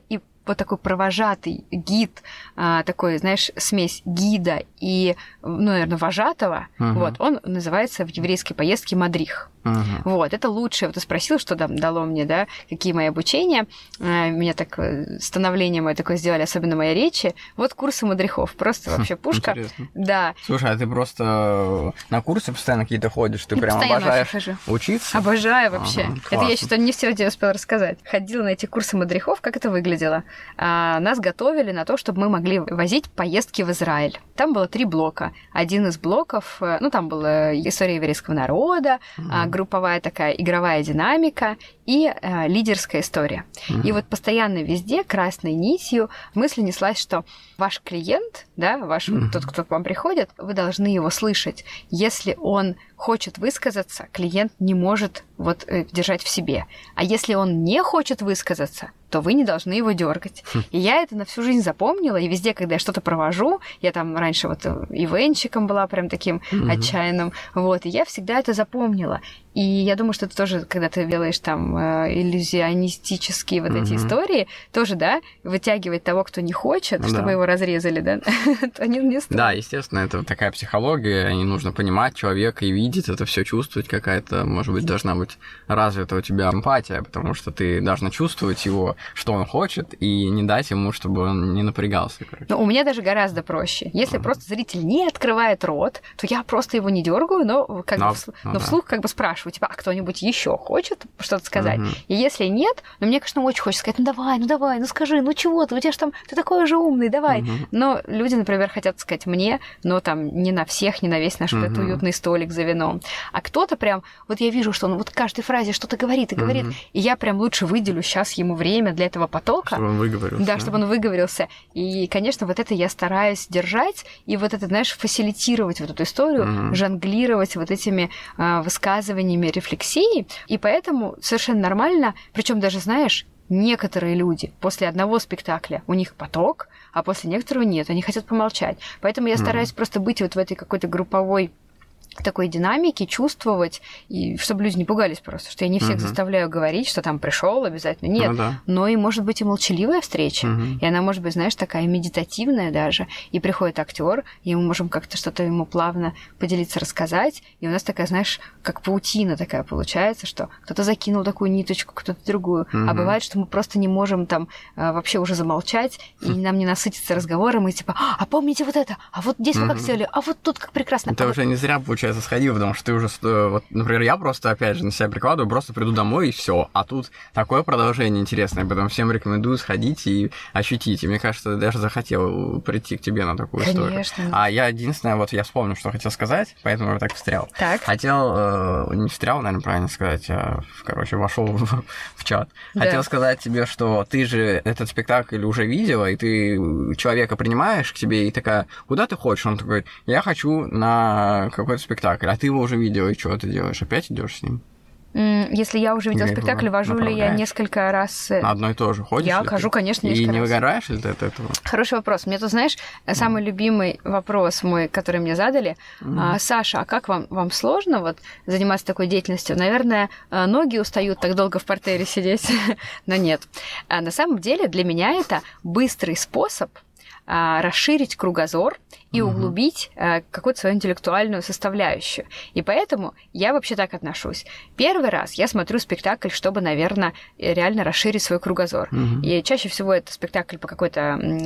вот такой провожатый гид, а, такой, знаешь, смесь гида и, ну, наверное, вожатого, uh-huh. вот, он называется в еврейской поездке мадрих. Uh-huh. Вот, это лучшее. Вот ты спросил, что там дало мне, да, какие мои обучения. А, меня так, становление мое такое сделали, особенно мои речи. Вот курсы мадрихов, просто вообще пушка. Интересно. Да. Слушай, а ты просто на курсы постоянно какие-то ходишь? Ты прям обожаешь учиться? Обожаю вообще. Ага, это я что-то не все тебе успела рассказать. Ходила на эти курсы мадрихов, как это выглядело. А, нас готовили на то, чтобы мы могли возить поездки в Израиль. Там было три блока. Один из блоков, ну, там была история еврейского народа, mm-hmm. групповая такая игровая динамика и э, лидерская история. Mm-hmm. И вот постоянно везде красной нитью мысль неслась, что ваш клиент, да, ваш mm-hmm. тот, кто к вам приходит, вы должны его слышать. Если он хочет высказаться, клиент не может вот э, держать в себе. А если он не хочет высказаться, то вы не должны его дергать. Хм. И я это на всю жизнь запомнила, и везде, когда я что-то провожу, я там раньше вот ивенщиком была прям таким mm-hmm. отчаянным, вот, и я всегда это запомнила. И я думаю, что это тоже, когда ты делаешь там э, иллюзионистические вот mm-hmm. эти истории, тоже, да, вытягивать того, кто не хочет, ну, чтобы да. его разрезали, да, то не, не стоит. Да, естественно, это такая психология, не нужно понимать человека и видеть это все, чувствовать, какая-то, может быть, должна быть развита у тебя эмпатия, потому что ты должна чувствовать его, что он хочет, и не дать ему, чтобы он не напрягался. Короче. Но у меня даже гораздо проще. Если mm-hmm. просто зритель не открывает рот, то я просто его не дергаю, но, как но, бы, вслух, ну, но да. вслух как бы спрашиваю, типа, а кто-нибудь еще хочет что-то сказать? Mm-hmm. И если нет, ну мне, конечно, очень хочется сказать, ну давай, ну давай, ну скажи, ну чего ты, у тебя же там, ты такой же умный, давай. Mm-hmm. Но люди, например, хотят сказать мне, но там не на всех, не на весь наш mm-hmm. вот этот уютный столик за вином. А кто-то прям, вот я вижу, что он вот в каждой фразе что-то говорит и говорит, mm-hmm. и я прям лучше выделю сейчас ему время для этого потока. Чтобы он выговорился. Да, чтобы он выговорился. И, конечно, вот это я стараюсь держать, и вот это, знаешь, фасилитировать вот эту историю, mm-hmm. жонглировать вот этими э, высказываниями рефлексии. И поэтому совершенно нормально, причем даже, знаешь, некоторые люди после одного спектакля у них поток, а после некоторого нет, они хотят помолчать. Поэтому я mm-hmm. стараюсь просто быть вот в этой какой-то групповой такой динамики, чувствовать, и чтобы люди не пугались просто, что я не всех uh-huh. заставляю говорить, что там пришел обязательно. Нет, ну, да. но и может быть и молчаливая встреча, uh-huh. и она может быть, знаешь, такая медитативная даже, и приходит актер, и мы можем как-то что-то ему плавно поделиться, рассказать, и у нас такая, знаешь, как паутина такая получается, что кто-то закинул такую ниточку, кто-то другую, uh-huh. а бывает, что мы просто не можем там вообще уже замолчать, и uh-huh. нам не насытиться разговором, и типа, а помните вот это, а вот здесь uh-huh. вы как сделали, а вот тут как прекрасно. Это а уже вот... не зря получается сходил, потому что ты уже, вот, например, я просто, опять же, на себя прикладываю, просто приду домой и все. А тут такое продолжение интересное, поэтому всем рекомендую сходить и ощутить. И мне кажется, я даже захотел прийти к тебе на такую Конечно. историю. А я единственное, вот я вспомнил, что хотел сказать, поэтому я так встрял. Так. Хотел, э, не встрял, наверное, правильно сказать, а, короче, вошел в, в чат. Да. Хотел сказать тебе, что ты же этот спектакль уже видела, и ты человека принимаешь к себе, и такая, куда ты хочешь? Он такой, я хочу на какой-то спектакль. А ты его уже видела, и что ты делаешь? Опять идешь с ним? Если я уже видела спектакль, вожу ли я несколько раз... На одно и то же ходишь? Я хожу, конечно, несколько раз. И не выгораешь ли ты от этого? Хороший вопрос. Мне тут, знаешь, самый любимый вопрос мой, который мне задали. Mm. Саша, а как вам, вам сложно вот заниматься такой деятельностью? Наверное, ноги устают так долго в портере сидеть. Но нет. На самом деле для меня это быстрый способ расширить кругозор и угу. углубить э, какую-то свою интеллектуальную составляющую. И поэтому я вообще так отношусь. Первый раз я смотрю спектакль, чтобы, наверное, реально расширить свой кругозор. Угу. И чаще всего это спектакль по какой-то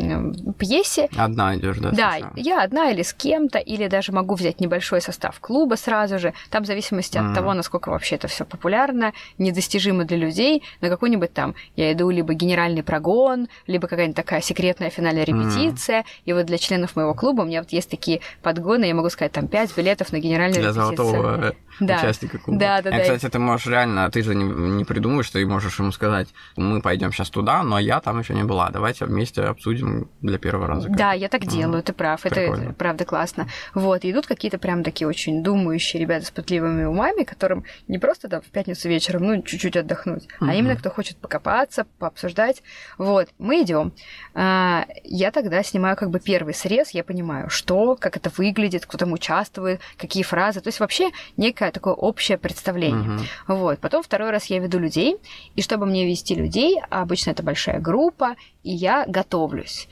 м- пьесе. Одна идешь, да? Да, сначала. Я одна или с кем-то, или даже могу взять небольшой состав клуба сразу же. Там в зависимости угу. от того, насколько вообще это все популярно, недостижимо для людей, на какой-нибудь там я иду либо генеральный прогон, либо какая-нибудь такая секретная финальная репетиция. Угу. И вот для членов моего клуба у меня вот есть такие подгоны, я могу сказать, там пять билетов на генеральную для репетицию. Для золотого да. участника клуба. Да, да, и, да. Кстати, ты можешь реально, ты же не, не придумаешь, ты можешь ему сказать, мы пойдем сейчас туда, но я там еще не была, давайте вместе обсудим для первого раза. Да, я так делаю, а, ты прав, прикольно. Это правда классно. Вот, и идут какие-то прям такие очень думающие ребята с пытливыми умами, которым не просто там в пятницу вечером, ну, чуть-чуть отдохнуть, mm-hmm. а именно кто хочет покопаться, пообсуждать. Вот, мы идем. Я тогда я снимаю как бы первый срез, я понимаю, что, как это выглядит, кто там участвует, какие фразы. То есть вообще некое такое общее представление. Uh-huh. Вот. Потом второй раз я веду людей, и чтобы мне вести людей, обычно это большая группа, и я готовлюсь.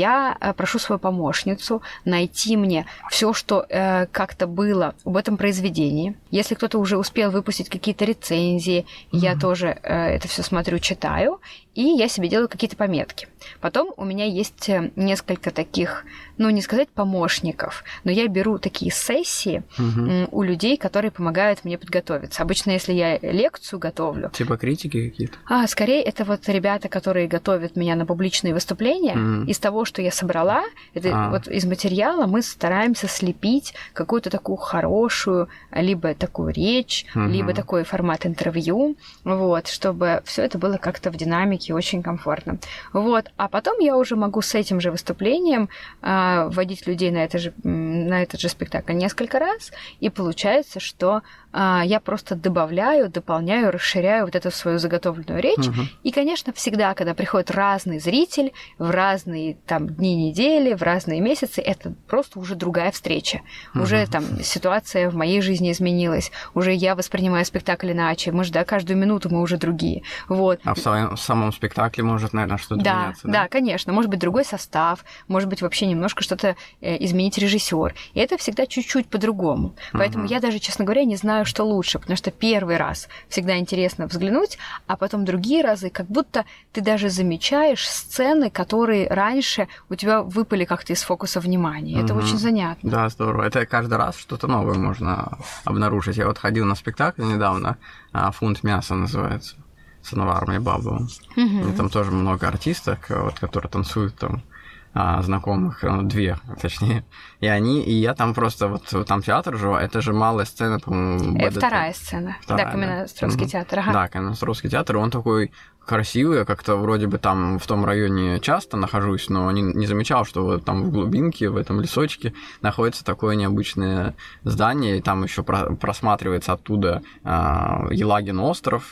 Я прошу свою помощницу найти мне все, что э, как-то было об этом произведении. Если кто-то уже успел выпустить какие-то рецензии, mm-hmm. я тоже э, это все смотрю, читаю, и я себе делаю какие-то пометки. Потом у меня есть несколько таких, ну, не сказать помощников, но я беру такие сессии mm-hmm. у людей, которые помогают мне подготовиться. Обычно, если я лекцию готовлю... Типа критики какие-то? А, скорее, это вот ребята, которые готовят меня на публичные выступления. Mm-hmm. Из того, что я собрала, это а. вот из материала мы стараемся слепить какую-то такую хорошую, либо такую речь, mm-hmm. либо такой формат интервью, вот, чтобы все это было как-то в динамике очень комфортно. Вот. А потом я уже могу с этим же выступлением э, вводить людей на, это же, на этот же спектакль несколько раз, и получается, что э, я просто добавляю, дополняю, расширяю вот эту свою заготовленную речь. Uh-huh. И, конечно, всегда, когда приходит разный зритель в разные там дни недели, в разные месяцы, это просто уже другая встреча. Uh-huh. Уже там ситуация в моей жизни изменилась, уже я воспринимаю спектакль иначе, может, да, каждую минуту мы уже другие. Вот. А в самом, в самом спектакле может, наверное, что-то да, меняться, да? Да, конечно. Может быть, другой состав, может быть, вообще немножко что-то изменить режиссер. И это всегда чуть-чуть по-другому. Поэтому uh-huh. я даже, честно говоря, не знаю, что лучше, потому что первый раз всегда интересно взглянуть, а потом другие разы, как будто ты даже замечаешь сцены, которые раньше у тебя выпали как-то из фокуса внимания. Uh-huh. Это очень занятно. Да, здорово. Это каждый раз что-то новое можно обнаружить. Я вот ходил на спектакль недавно, «Фунт мяса» называется, с Анваром Ибабовым. Uh-huh. И там тоже много артисток, вот, которые танцуют там, знакомых, ну, две, точнее. И они, и я там просто, вот там театр же, это же малая сцена, по-моему, БДТ. Вторая сцена. Вторая, да, Каменноостровский да. театр. Ага. Да, Каменноостровский театр, он такой красивый, я как-то вроде бы там в том районе часто нахожусь, но не, не замечал, что вот там в глубинке, в этом лесочке находится такое необычное здание, и там еще про, просматривается оттуда э, Елагин остров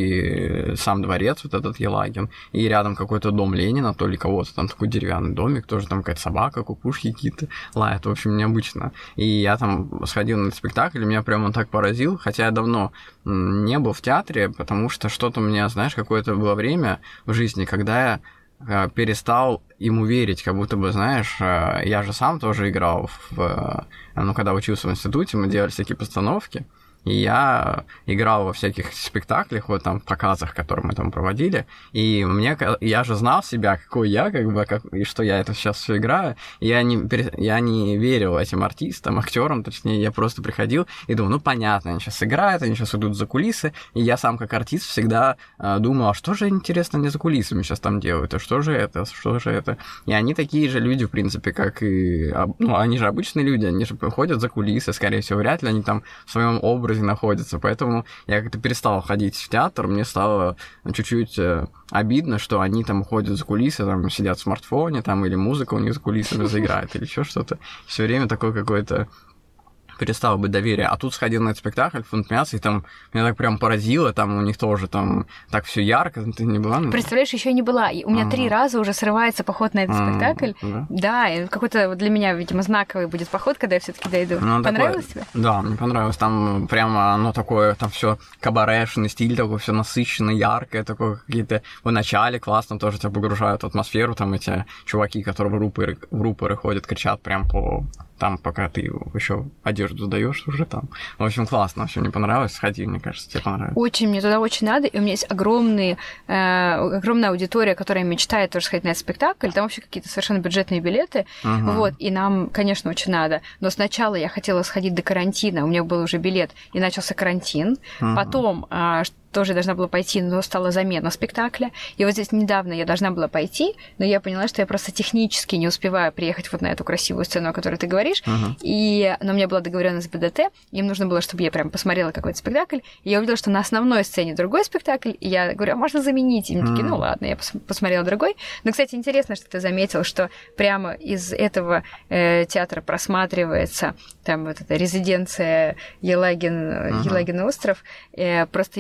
и сам дворец, вот этот Елагин, и рядом какой-то дом Ленина, то ли кого-то, там такой деревянный домик, тоже там какая-то собака, кукушки какие-то лают, в общем, необычно. И я там сходил на этот спектакль, и меня прям он так поразил, хотя я давно не был в театре, потому что что-то у меня, знаешь, какое-то было время в жизни, когда я перестал ему верить, как будто бы, знаешь, я же сам тоже играл, в, ну, когда учился в институте, мы делали всякие постановки, и я играл во всяких спектаклях, вот там, показах, которые мы там проводили, и мне, я же знал себя, какой я, как бы, как, и что я это сейчас все играю, и я не, я не верил этим артистам, актерам, точнее, я просто приходил и думал, ну, понятно, они сейчас играют, они сейчас идут за кулисы, и я сам, как артист, всегда э, думал, а что же, интересно, они за кулисами сейчас там делают, а что же это, что же это, и они такие же люди, в принципе, как и, ну, они же обычные люди, они же ходят за кулисы, скорее всего, вряд ли они там в своем образе находятся, поэтому я как-то перестал ходить в театр, мне стало чуть-чуть э, обидно, что они там ходят за кулисы, там сидят в смартфоне, там или музыка у них за кулисами заиграет, или еще что-то. Все время такое какое-то перестало быть доверие. А тут сходил на этот спектакль «Фунт мяса», и там меня так прям поразило, там у них тоже там так все ярко, ты не была? Представляешь, еще не была. И у меня ага. три раза уже срывается поход на этот ага. спектакль. Да, да, и какой-то для меня, видимо, знаковый будет поход, когда я все-таки дойду. Ну, понравилось такое... тебе? Да, мне понравилось. Там прямо оно такое, там все кабарешный стиль, такой все насыщенный, яркое, такое какие-то в начале классно тоже тебя погружают в атмосферу, там эти чуваки, которые в рупоры, в рупоры ходят, кричат прям по... там, пока ты еще одежду сдаешь, уже там. В общем, классно, все, мне понравилось, сходи, мне кажется, тебе понравилось. Очень, мне туда очень надо, и у меня есть огромные, э, огромная аудитория, которая мечтает тоже сходить на этот спектакль, там вообще какие-то совершенно бюджетные билеты, uh-huh. вот, и нам, конечно, очень надо, но сначала я хотела сходить до карантина, у меня был уже билет, и начался карантин, uh-huh. потом... Э, тоже должна была пойти, но стала замена спектакля. И вот здесь недавно я должна была пойти, но я поняла, что я просто технически не успеваю приехать вот на эту красивую сцену, о которой ты говоришь. Uh-huh. И... Но у меня была договоренность с БДТ, им нужно было, чтобы я прям посмотрела какой-то спектакль. И я увидела, что на основной сцене другой спектакль, и я говорю, а можно заменить? И мне uh-huh. такие, ну ладно, я пос- посмотрела другой. Но, кстати, интересно, что ты заметил, что прямо из этого э, театра просматривается там вот эта резиденция Елагин, uh-huh. Елагин остров. Э, просто я, когда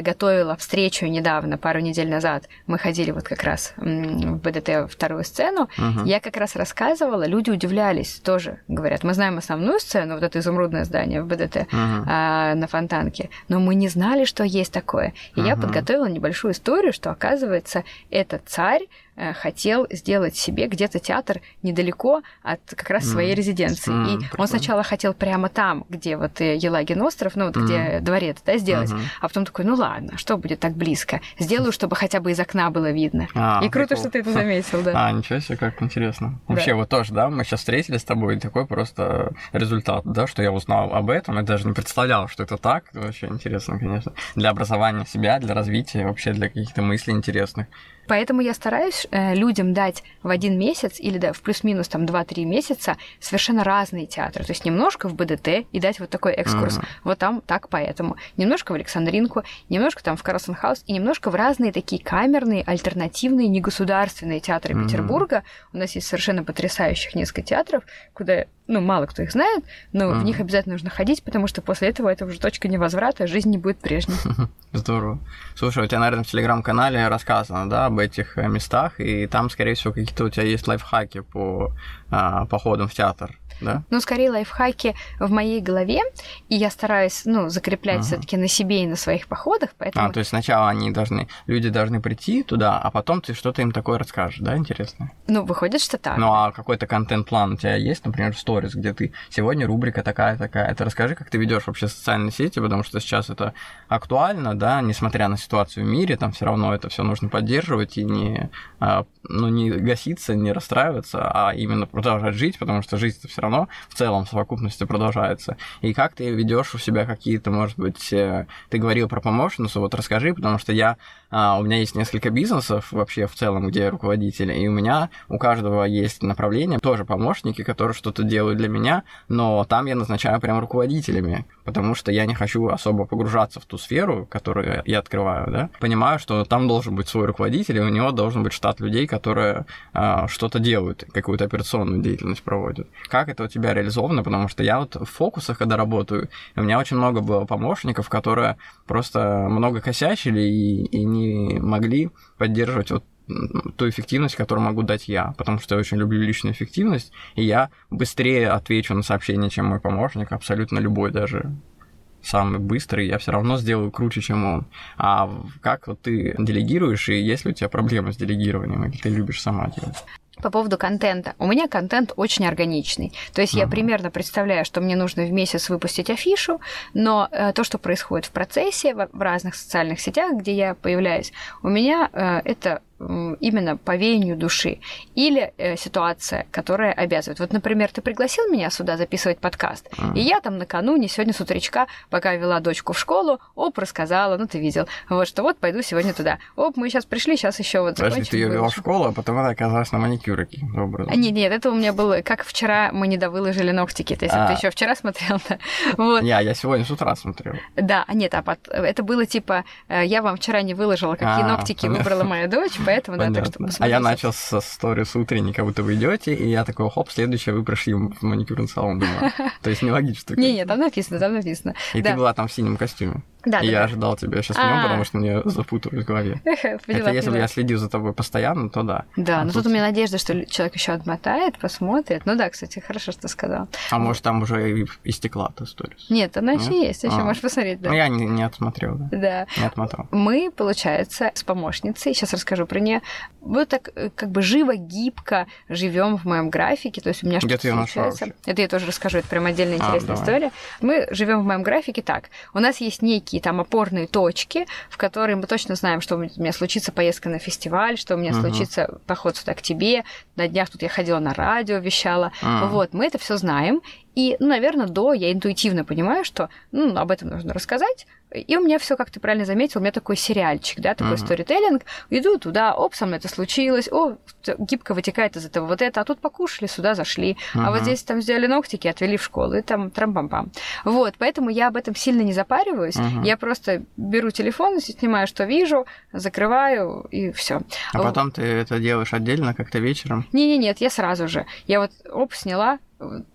готовила встречу недавно, пару недель назад, мы ходили вот как раз в БДТ вторую сцену, uh-huh. я как раз рассказывала, люди удивлялись тоже, говорят, мы знаем основную сцену, вот это изумрудное здание в БДТ uh-huh. а, на Фонтанке, но мы не знали, что есть такое. И uh-huh. я подготовила небольшую историю, что, оказывается, этот царь хотел сделать себе где-то театр недалеко от как раз своей mm. резиденции. Mm, и прикольно. Он сначала хотел прямо там, где вот Елагин остров, ну вот mm. где дворец, да, сделать, mm-hmm. а потом такой, ну ладно, что будет так близко? Сделаю, чтобы хотя бы из окна было видно. А, и круто, прикол. Что ты это заметил, да. А, ничего себе, как интересно. Вообще, да. Вот тоже, да, мы сейчас встретились с тобой, и такой просто результат, да, что я узнал об этом, и даже не представлял, что это так. Это вообще интересно, конечно. Для образования себя, для развития, вообще для каких-то мыслей интересных. Поэтому я стараюсь э, людям дать в один месяц или да, в плюс-минус там два-три месяца совершенно разные театры. То есть немножко в БДТ и дать вот такой экскурс. Uh-huh. Вот там так поэтому. Немножко в Александринку, немножко там в Карлсон-хаус и немножко в разные такие камерные, альтернативные, негосударственные театры uh-huh. Петербурга. У нас есть совершенно потрясающих несколько театров, куда, ну, мало кто их знает, но uh-huh. в них обязательно нужно ходить, потому что после этого это уже точка невозврата, жизнь не будет прежней. Здорово. Слушай, у тебя, наверное, в Телеграм-канале рассказано, да, об этих местах, и там, скорее всего, какие-то у тебя есть лайфхаки по а, походам в театр, да? Ну, скорее, лайфхаки в моей голове, и я стараюсь, ну, закреплять ага. все-таки на себе и на своих походах, поэтому... А, то есть сначала они должны, люди должны прийти туда, а потом ты что-то им такое расскажешь, да, интересно? Ну, выходит, что так. Ну, а какой-то контент-план у тебя есть, например, в сторис, где ты сегодня рубрика такая-такая, это расскажи, как ты ведешь вообще социальные сети, потому что сейчас это актуально, да, несмотря на ситуацию в мире, там все равно это все нужно поддерживать и не, ну, не гаситься, не расстраиваться, а именно продолжать жить, потому что жизнь-то все равно в целом в совокупности продолжается. И как ты ведешь у себя какие-то, может быть, ты говорил про помощницу, вот расскажи, потому что я, у меня есть несколько бизнесов вообще в целом, где я руководитель, и у меня у каждого есть направление, тоже помощники, которые что-то делают для меня, но там я назначаю прям руководителями, потому что я не хочу особо погружаться в ту сферу, которую я открываю, да. Понимаю, что там должен быть свой руководитель, и у него должен быть штат людей, которые а, что-то делают, какую-то операционную деятельность проводят. Как это у тебя реализовано? Потому что я вот в фокусах, когда работаю, у меня очень много было помощников, которые просто много косячили и, и не могли поддерживать вот ту эффективность, которую могу дать я, потому что я очень люблю личную эффективность, и я быстрее отвечу на сообщение, чем мой помощник, абсолютно любой, даже самый быстрый, я все равно сделаю круче, чем он. А как вот ты делегируешь, и есть ли у тебя проблемы с делегированием, или ты любишь сама делать? По поводу контента. У меня контент очень органичный. То есть uh-huh. я примерно представляю, что мне нужно в месяц выпустить афишу, но э, то, что происходит в процессе, в, в разных социальных сетях, где я появляюсь, у меня э, это именно по веянию души. Или э, ситуация, которая обязывает. Вот, например, ты пригласил меня сюда записывать подкаст, mm. и я там накануне, сегодня с утречка, пока вела дочку в школу, оп, рассказала, ну ты видел, вот что вот пойду сегодня туда. Оп, мы сейчас пришли, сейчас еще вот закончим. Подожди, ты ее вела в школу, а потом она оказалась на маникюре каким-то образом. Нет, нет, это у меня было, как вчера мы недовыложили ногтики, то есть а. ты еще вчера смотрел, да? Вот. Я, я сегодня с утра смотрел. Да, нет, а под... это было типа, я вам вчера не выложила, какие а, ногтики понятно. Выбрала моя дочь, поэтому, да, так что а я начал со сторис утренней, как будто вы идете, и я такой, хоп, следующее вы прошли в маникюрный салон, думаю. То есть нелогично. Не, не, там написано, там написано. И ты была там в синем костюме. Да, и да, я да. ожидал тебя сейчас в нем, потому что мне запуталось в голове. Поняла, это если поняла. бы я следил за тобой постоянно, то да. Да, а но тут... тут у меня надежда, что человек еще отмотает, посмотрит. Ну да, кстати, хорошо, что сказал. А может, там уже истекла та сторис? Нет, она еще есть, еще а. можешь посмотреть. Да. Ну, я не, не отсмотрел, да. Да. Не отмотал. Мы, получается, с помощницей, сейчас расскажу про нее, вот так как бы живо, гибко живем в моем графике, то есть у меня что-то случается. Это я тоже расскажу, это прям отдельная интересная а, история. Мы живем в моем графике так. У нас есть некие там опорные точки, в которые мы точно знаем, что у меня случится поездка на фестиваль, что у меня uh-huh. случится поход сюда к тебе. На днях тут я ходила на радио, вещала. Uh-huh. Вот, мы это все знаем. И, ну, наверное, до я интуитивно понимаю, что ну, об этом нужно рассказать. И у меня все, как ты правильно заметил, у меня такой сериальчик, да, такой uh-huh. сторителлинг. Иду туда, оп, со мной это случилось, о, гибко вытекает из этого вот это, а тут покушали, сюда зашли, uh-huh. а вот здесь там сделали ногтики, отвели в школу, и там трам-пам-пам. Вот, поэтому я об этом сильно не запариваюсь, uh-huh. я просто беру телефон, снимаю, что вижу, закрываю, и все. А потом ты это делаешь отдельно, как-то вечером? Не-не-нет, я сразу же. Я вот, оп, сняла,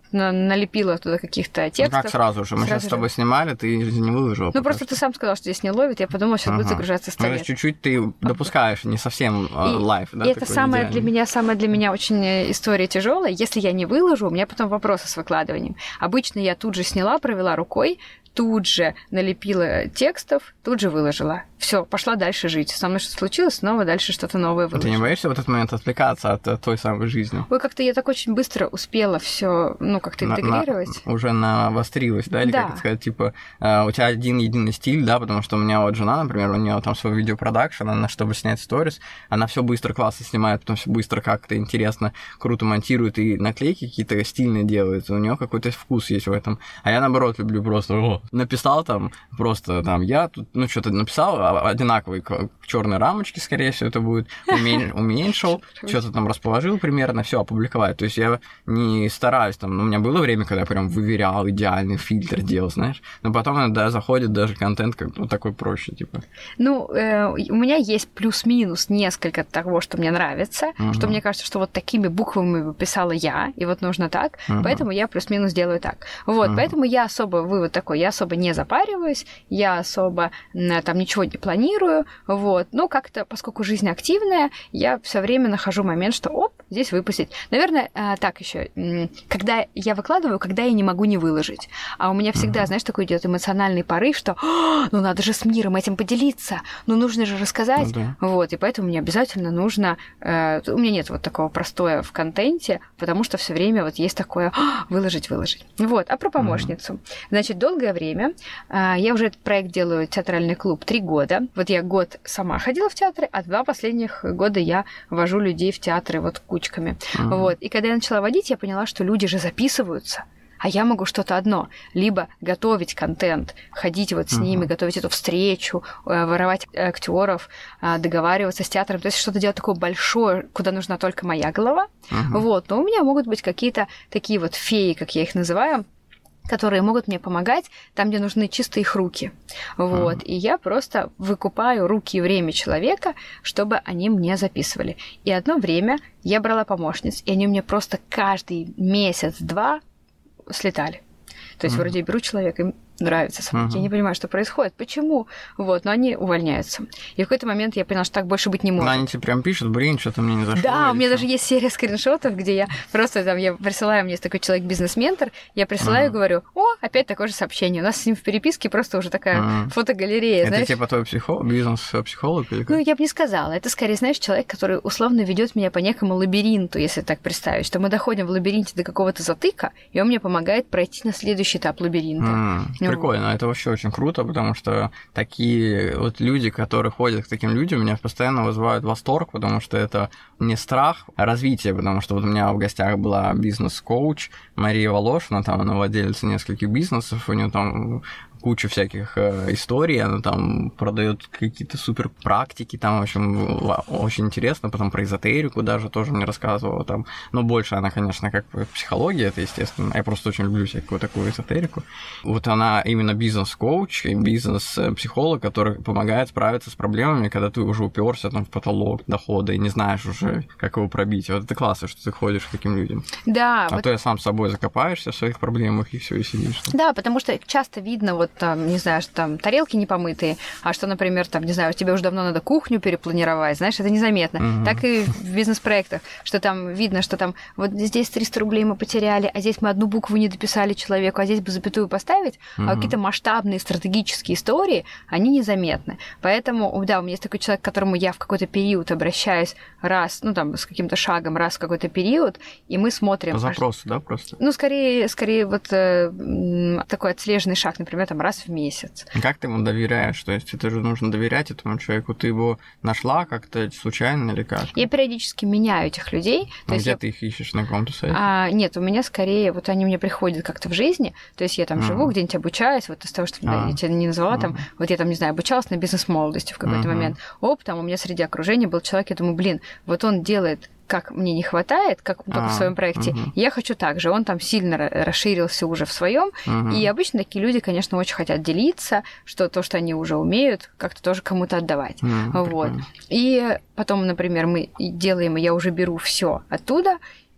налепила туда каких-то текстов. Ну как сразу же? Мы сразу сейчас же. с тобой снимали, ты не выложила. Ну просто что. Ты сам сказал, что здесь не ловит, я подумала, сейчас ага. будет загружаться сторис. Ну, чуть-чуть ты допускаешь, не совсем лайв, да? И это самое для меня, самое для меня очень история тяжелая. Если я не выложу, у меня потом вопросы с выкладыванием. Обычно я тут же сняла, провела рукой, тут же налепила текстов, тут же выложила. Все, пошла дальше жить. Со мной что-то случилось, снова дальше что-то новое выложила. Ты не боишься в этот момент отвлекаться от той самой жизни? Ой, как-то я так очень быстро успела все, ну, как-то интегрировать. На, на, уже навострилась, да? Или да. как это сказать, типа, у тебя один единый стиль, да? Потому что у меня вот жена, например, у нее там свой видеопродакшн, она, чтобы снять сторис, она все быстро классно снимает, потом все быстро как-то интересно, круто монтирует и наклейки какие-то стильные делает. У нее какой-то вкус есть в этом. А я, наоборот, люблю просто, о, написал там, просто там, я тут, ну, что-то написал, одинаковые черные рамочки, скорее всего, это будет, уменьшил, что-то там расположил примерно, все опубликовать. То есть я не стараюсь там, ну, у меня было время, когда я прям выверял, идеальный фильтр делал, знаешь, но потом да, заходит даже контент как ну, такой проще, типа. Ну, э, у меня есть плюс-минус несколько того, что мне нравится, uh-huh. что мне кажется, что вот такими буквами писала я, и вот нужно так, uh-huh. поэтому я плюс-минус делаю так. Вот, uh-huh. поэтому я особо, вывод такой, я особо не запариваюсь, я особо там ничего не планирую, вот, ну, как-то, поскольку жизнь активная, я все время нахожу момент, что, оп, здесь выпустить. Наверное, так еще, когда я выкладываю, когда я не могу не выложить, а у меня всегда, uh-huh. знаешь, такой идет эмоциональный порыв, что, ну, надо же с миром этим поделиться, ну, нужно же рассказать, uh-huh. вот, и поэтому мне обязательно нужно, э, у меня нет вот такого простоя в контенте, потому что все время вот есть такое выложить, выложить. Вот, а про помощницу. Uh-huh. Значит, долгое время, э, я уже этот проект делаю, театральный клуб, три года, вот я год сама ходила в театры, а два последних года я вожу людей в театры вот кучками, uh-huh. вот, и когда я начала водить, я поняла, что люди же записываются, а я могу что-то одно, либо готовить контент, ходить вот с uh-huh. ними, готовить эту встречу, воровать актеров, договариваться с театром, то есть что-то делать такое большое, куда нужна только моя голова, uh-huh. вот, но у меня могут быть какие-то такие вот феи, как я их называю, которые могут мне помогать там, где нужны чисто их руки. Вот. Mm-hmm. И я просто выкупаю руки и время человека, чтобы они мне записывали. И одно время я брала помощниц, и они у меня просто каждый месяц-два слетали. То есть mm-hmm. вроде я беру человека, им нравится собаки. Uh-huh. Я не понимаю, что происходит, почему. Вот, но они увольняются. И в какой-то момент я поняла, что так больше быть не может. Но они тебе прям пишут, блин, что-то мне не зашло. Да, у меня что? даже есть серия скриншотов, где я просто там, я присылаю, у меня есть такой человек-бизнес-ментор, я присылаю uh-huh. и говорю, о, опять такое же сообщение. У нас с ним в переписке просто уже такая uh-huh. фотогалерея, это знаешь. Это типа твой психолог, бизнес-психолог или как? Ну, я бы не сказала. Это скорее, знаешь, человек, который условно ведет меня по некому лабиринту, если так представить, что мы доходим в лабиринте до какого-то затыка, и он мне помогает пройти на следующий этап лабиринта. Uh-huh. Ну, прикольно, это вообще очень круто, потому что такие вот люди, которые ходят к таким людям, меня постоянно вызывают восторг, потому что это не страх, а развитие, потому что вот у меня в гостях была бизнес-коуч Мария Волошина, там она владелица нескольких бизнесов, у нее там куча всяких э, историй, она там продает какие-то супер практики, там, в общем, очень интересно, потом про эзотерику даже тоже мне рассказывала там, но больше она, конечно, как психология, это естественно, я просто очень люблю всякую такую эзотерику. Вот она именно бизнес-коуч и бизнес-психолог, который помогает справиться с проблемами, когда ты уже уперся там в потолок дохода и не знаешь уже, как его пробить. Вот это классно, что ты ходишь к таким людям. Да. А вот... то я сам с собой закопаешься в своих проблемах и все и сидишь. Да, потому что часто видно вот там, не знаю, что там тарелки не помытые, а что, например, там, не знаю, тебе уже давно надо кухню перепланировать, знаешь, это незаметно. Uh-huh. Так и в бизнес-проектах, что там видно, что там вот здесь триста рублей мы потеряли, а здесь мы одну букву не дописали человеку, а здесь бы запятую поставить, uh-huh. а какие-то масштабные стратегические истории, они незаметны. Поэтому, да, у меня есть такой человек, к которому я в какой-то период обращаюсь раз, ну, там, с каким-то шагом раз в какой-то период, и мы смотрим... По запросу, аж... да, просто? Ну, скорее, скорее вот э, такой отслеженный шаг, например, там, раз в месяц. Как ты ему доверяешь? То есть это же нужно доверять этому человеку. Ты его нашла как-то случайно или как? Я периодически меняю этих людей. А где я... ты их ищешь? На каком-то сайте? А, нет, у меня скорее, вот они мне приходят как-то в жизни, то есть я там а. живу, где-нибудь обучаюсь, вот из того, что а. я тебя не назвала, а. там, вот я там, не знаю, обучалась на бизнес-молодости в какой-то а. момент. Оп, там у меня среди окружения был человек, я думаю, блин, вот он делает как мне не хватает, как только а, в своем проекте, угу. я хочу так же. Он там сильно расширился уже в своем. Угу. И обычно такие люди, конечно, очень хотят делиться, что то, что они уже умеют, как-то тоже кому-то отдавать. Угу, вот. И потом, например, мы делаем, и я уже беру все оттуда,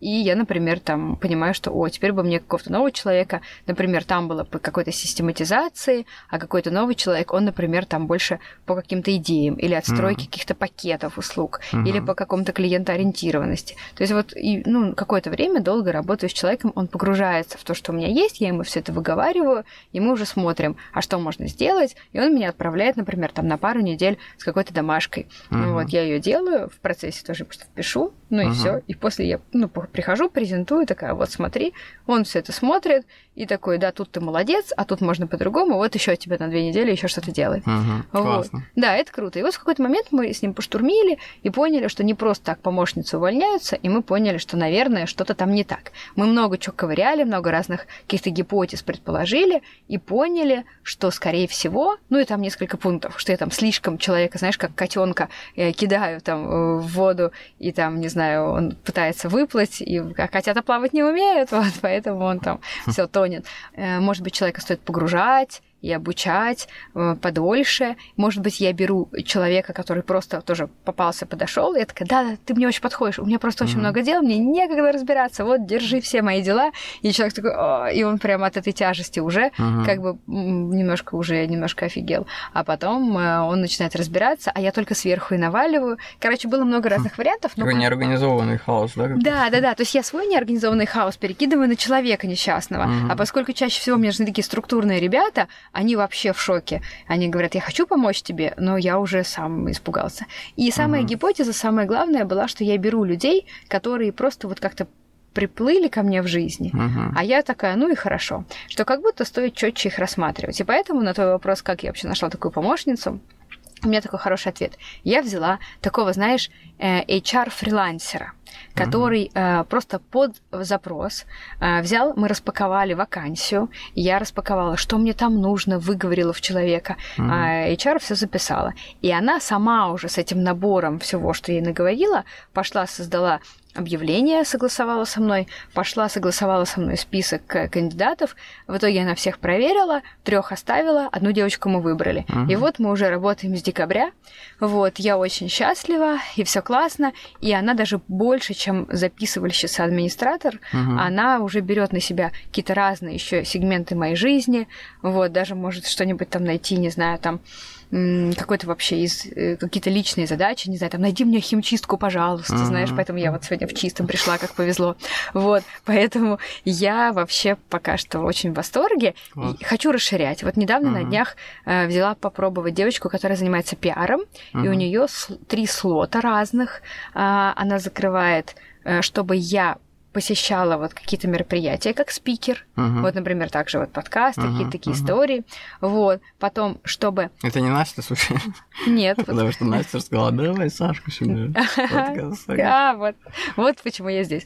и я, например, там понимаю, что, о, теперь бы мне какого-то нового человека, например, там было по какой-то систематизации, а какой-то новый человек, он, например, там больше по каким-то идеям или отстройке mm-hmm. каких-то пакетов услуг, mm-hmm. или по какому-то клиентоориентированности. То есть вот, и, ну, какое-то время долго работаю с человеком, он погружается в то, что у меня есть, я ему все это выговариваю, и мы уже смотрим, а что можно сделать, и он меня отправляет, например, там на пару недель с какой-то домашкой. Mm-hmm. Ну, вот я ее делаю, в процессе тоже просто впишу, ну и mm-hmm. все. И после я ну, прихожу, презентую, такая, вот смотри, он все это смотрит, и такой, да, тут ты молодец, а тут можно по-другому, вот еще тебе на две недели еще что-то делай. Mm-hmm. Вот. Классно. Да, это круто. И вот в какой-то момент мы с ним поштурмили и поняли, что не просто так помощницы увольняются, и мы поняли, что, наверное, что-то там не так. Мы много чего ковыряли, много разных каких-то гипотез предположили и поняли, что, скорее всего, ну и там несколько пунктов, что я там слишком человека, знаешь, как котенка э, кидаю там в воду, и там, не знаю, он пытается выплыть, и а котята плавать не умеют, вот, поэтому он там все тонет. Э, может быть, человека стоит погружать и обучать э, подольше. Может быть, я беру человека, который просто тоже попался, подошел, и я такая, да, ты мне очень подходишь, у меня просто очень mm-hmm. много дел, мне некогда разбираться, вот, держи все мои дела. И человек такой, о, и он прямо от этой тяжести уже mm-hmm. как бы немножко уже немножко офигел. А потом э, он начинает разбираться, а я только сверху и наваливаю. Короче, было много разных вариантов. Такой неорганизованный хаос, да? Да, да, да. То есть я свой неорганизованный хаос перекидываю на человека несчастного. Mm-hmm. А поскольку чаще всего мне нужны такие структурные ребята, они вообще в шоке. Они говорят, я хочу помочь тебе, но я уже сам испугался. И самая uh-huh. гипотеза, самое главное была, что я беру людей, которые просто вот как-то приплыли ко мне в жизни, uh-huh. а я такая, ну и хорошо, что как будто стоит четче их рассматривать. И поэтому на твой вопрос, как я вообще нашла такую помощницу, у меня такой хороший ответ. Я взяла такого, знаешь, эйч ар-фрилансера, который uh-huh. э, просто под запрос э, взял, мы распаковали вакансию, я распаковала, что мне там нужно, выговорила в человека, uh-huh. а эйч ар все записала. И она сама уже с этим набором всего, что я ей наговорила, пошла, создала объявление, согласовала со мной, пошла, согласовала со мной список кандидатов. В итоге она всех проверила, трех оставила, одну девочку мы выбрали. Uh-huh. И вот мы уже работаем с декабря. Вот, я очень счастлива, и все классно. И она даже больше, чем записывальщица администратор, uh-huh. она уже берет на себя какие-то разные еще сегменты моей жизни. Вот, даже может что-нибудь там найти, не знаю, там какой-то вообще из какие-то личные задачи, не знаю, там, найди мне химчистку, пожалуйста, uh-huh. знаешь, поэтому я вот сегодня в чистом пришла, как повезло. Вот, поэтому я вообще пока что очень в восторге. Вот. Хочу расширять. Вот недавно uh-huh. на днях э, взяла попробовать девочку, которая занимается пиаром, uh-huh. и у нее с- три слота разных. Э, она закрывает, э, чтобы я посещала вот какие-то мероприятия как спикер, uh-huh. вот, например, также вот подкасты, uh-huh. какие-то такие uh-huh. истории, вот, потом, чтобы... Это не Настя, слушай? Нет. Потому что Настя сказала, давай Сашку сюда. А, вот, вот почему я здесь.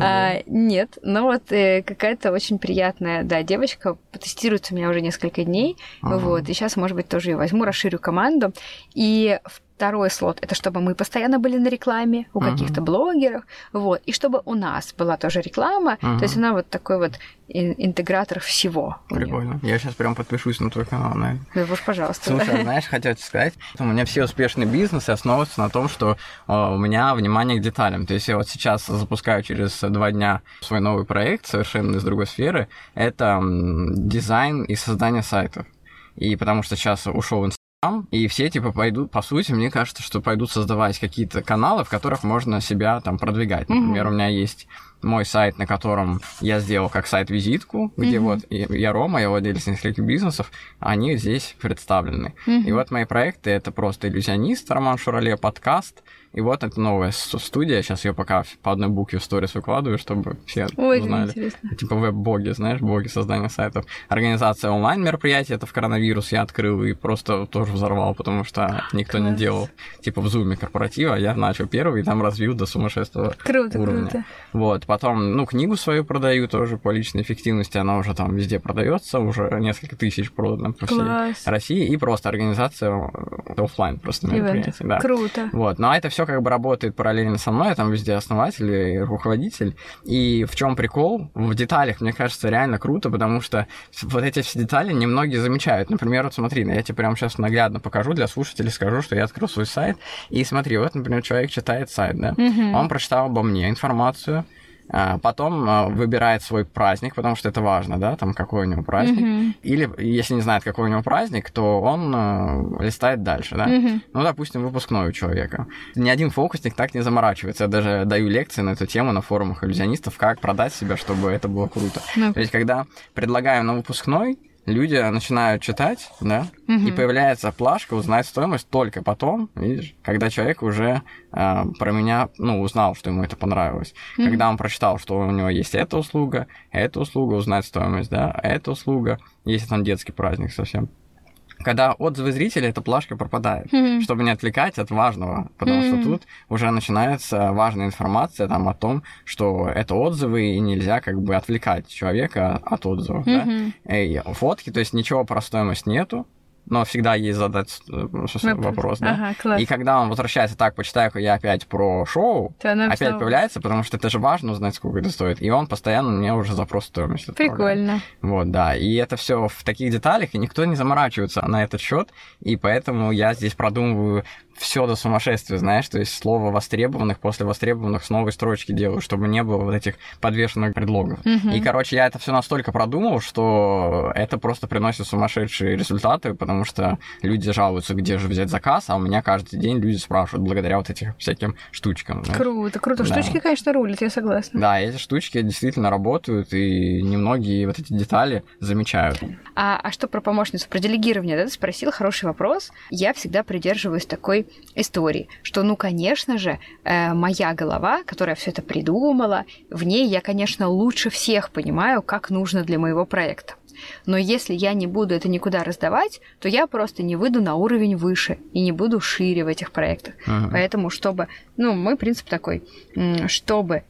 Нет, но вот какая-то очень приятная, да, девочка, тестируется у меня уже несколько дней, вот, и сейчас, может быть, тоже ее возьму, расширю команду, и второй слот – это чтобы мы постоянно были на рекламе у uh-huh. каких-то блогеров, вот, и чтобы у нас была тоже реклама, uh-huh. то есть она вот такой вот интегратор всего. Прикольно. Я сейчас прям подпишусь на твой канал, наверное. Да уж, пожалуйста. Слушай, знаешь, хотел тебе сказать, у меня все успешные бизнесы основываются на том, что у меня внимание к деталям. То есть я вот сейчас запускаю через два дня свой новый проект, совершенно из другой сферы, это дизайн и создание сайтов. И потому что сейчас ушел в и все, типа, пойдут, по сути, мне кажется, что пойдут создавать какие-то каналы, в которых можно себя там продвигать. Например, mm-hmm. у меня есть мой сайт, на котором я сделал как сайт-визитку, где mm-hmm. вот я Рома, я владелец нескольких бизнесов, они здесь представлены. Mm-hmm. И вот мои проекты — это просто иллюзионист Роман Шурале, подкаст, и вот это новая студия, сейчас ее пока по одной букве в сторис выкладываю, чтобы все Ой, узнали. Интересно. Типа веб-боги, знаешь, боги создания сайтов. Организация онлайн-мероприятий, это в коронавирус я открыл и просто тоже взорвал, потому что никто Класс. Не делал. Типа в Зуме корпоратива, я начал первый и там развил до сумасшедшего круто, уровня. Круто. Вот, потом, ну, книгу свою продаю тоже по личной эффективности, она уже там везде продается, уже несколько тысяч продано по Класс. Всей России, и просто организация офлайн просто мероприятий. Да. Круто. Вот, но это все как бы работает параллельно со мной, я там везде основатель и руководитель, и в чем прикол? В деталях, мне кажется, реально круто, потому что вот эти все детали немногие замечают. Например, вот смотри, я тебе прямо сейчас наглядно покажу для слушателей, скажу, что я открыл свой сайт, и смотри, вот, например, человек читает сайт, да, угу. он прочитал обо мне информацию, потом выбирает свой праздник, потому что это важно, да, там какой у него праздник. Mm-hmm. Или, если не знает, какой у него праздник, то он листает дальше, да. Mm-hmm. Ну, допустим, выпускной у человека. Ни один фокусник так не заморачивается. Я даже даю лекции на эту тему на форумах иллюзионистов, как продать себя, чтобы это было круто. Mm-hmm. То есть, когда предлагаю на выпускной, люди начинают читать, да, угу. и появляется плашка «Узнать стоимость» только потом, видишь, когда человек уже э, про меня, ну, узнал, что ему это понравилось. Угу. Когда он прочитал, что у него есть эта услуга, эта услуга, узнать стоимость, да, эта услуга, если там детский праздник совсем. Когда отзывы зрителей, эта плашка пропадает, mm-hmm. чтобы не отвлекать от важного, потому mm-hmm. что тут уже начинается важная информация там, о том, что это отзывы, и нельзя как бы отвлекать человека от отзывов. Mm-hmm. Да? И фотки, то есть ничего про стоимость нету, но всегда есть задать вопрос, вопрос да. Ага, и когда он возвращается, так, почитаю я опять про шоу, опять снова... появляется, потому что это же важно узнать, сколько это стоит. И он постоянно мне уже запрос стоимости отправляет. Прикольно. Вот, да. И это все в таких деталях, и никто не заморачивается на этот счет, и поэтому я здесь продумываю все до сумасшествия, знаешь, то есть слово востребованных, после востребованных с новой строчки делаю, чтобы не было вот этих подвешенных предлогов. Uh-huh. И, короче, я это все настолько продумал, что это просто приносит сумасшедшие результаты, потому что люди жалуются, где же взять заказ, а у меня каждый день люди спрашивают благодаря вот этим всяким штучкам. Знаешь. Круто, круто. Да. Штучки, конечно, рулят, я согласна. Да, эти штучки действительно работают, и немногие вот эти детали замечают. А, а что про помощницу, про делегирование, да, ты спросил, хороший вопрос. Я всегда придерживаюсь такой истории, что, ну, конечно же, э, моя голова, которая все это придумала, в ней я, конечно, лучше всех понимаю, как нужно для моего проекта. Но если я не буду это никуда раздавать, то я просто не выйду на уровень выше и не буду шире в этих проектах. Uh-huh. Поэтому, чтобы... Ну, мой принцип такой, чтобы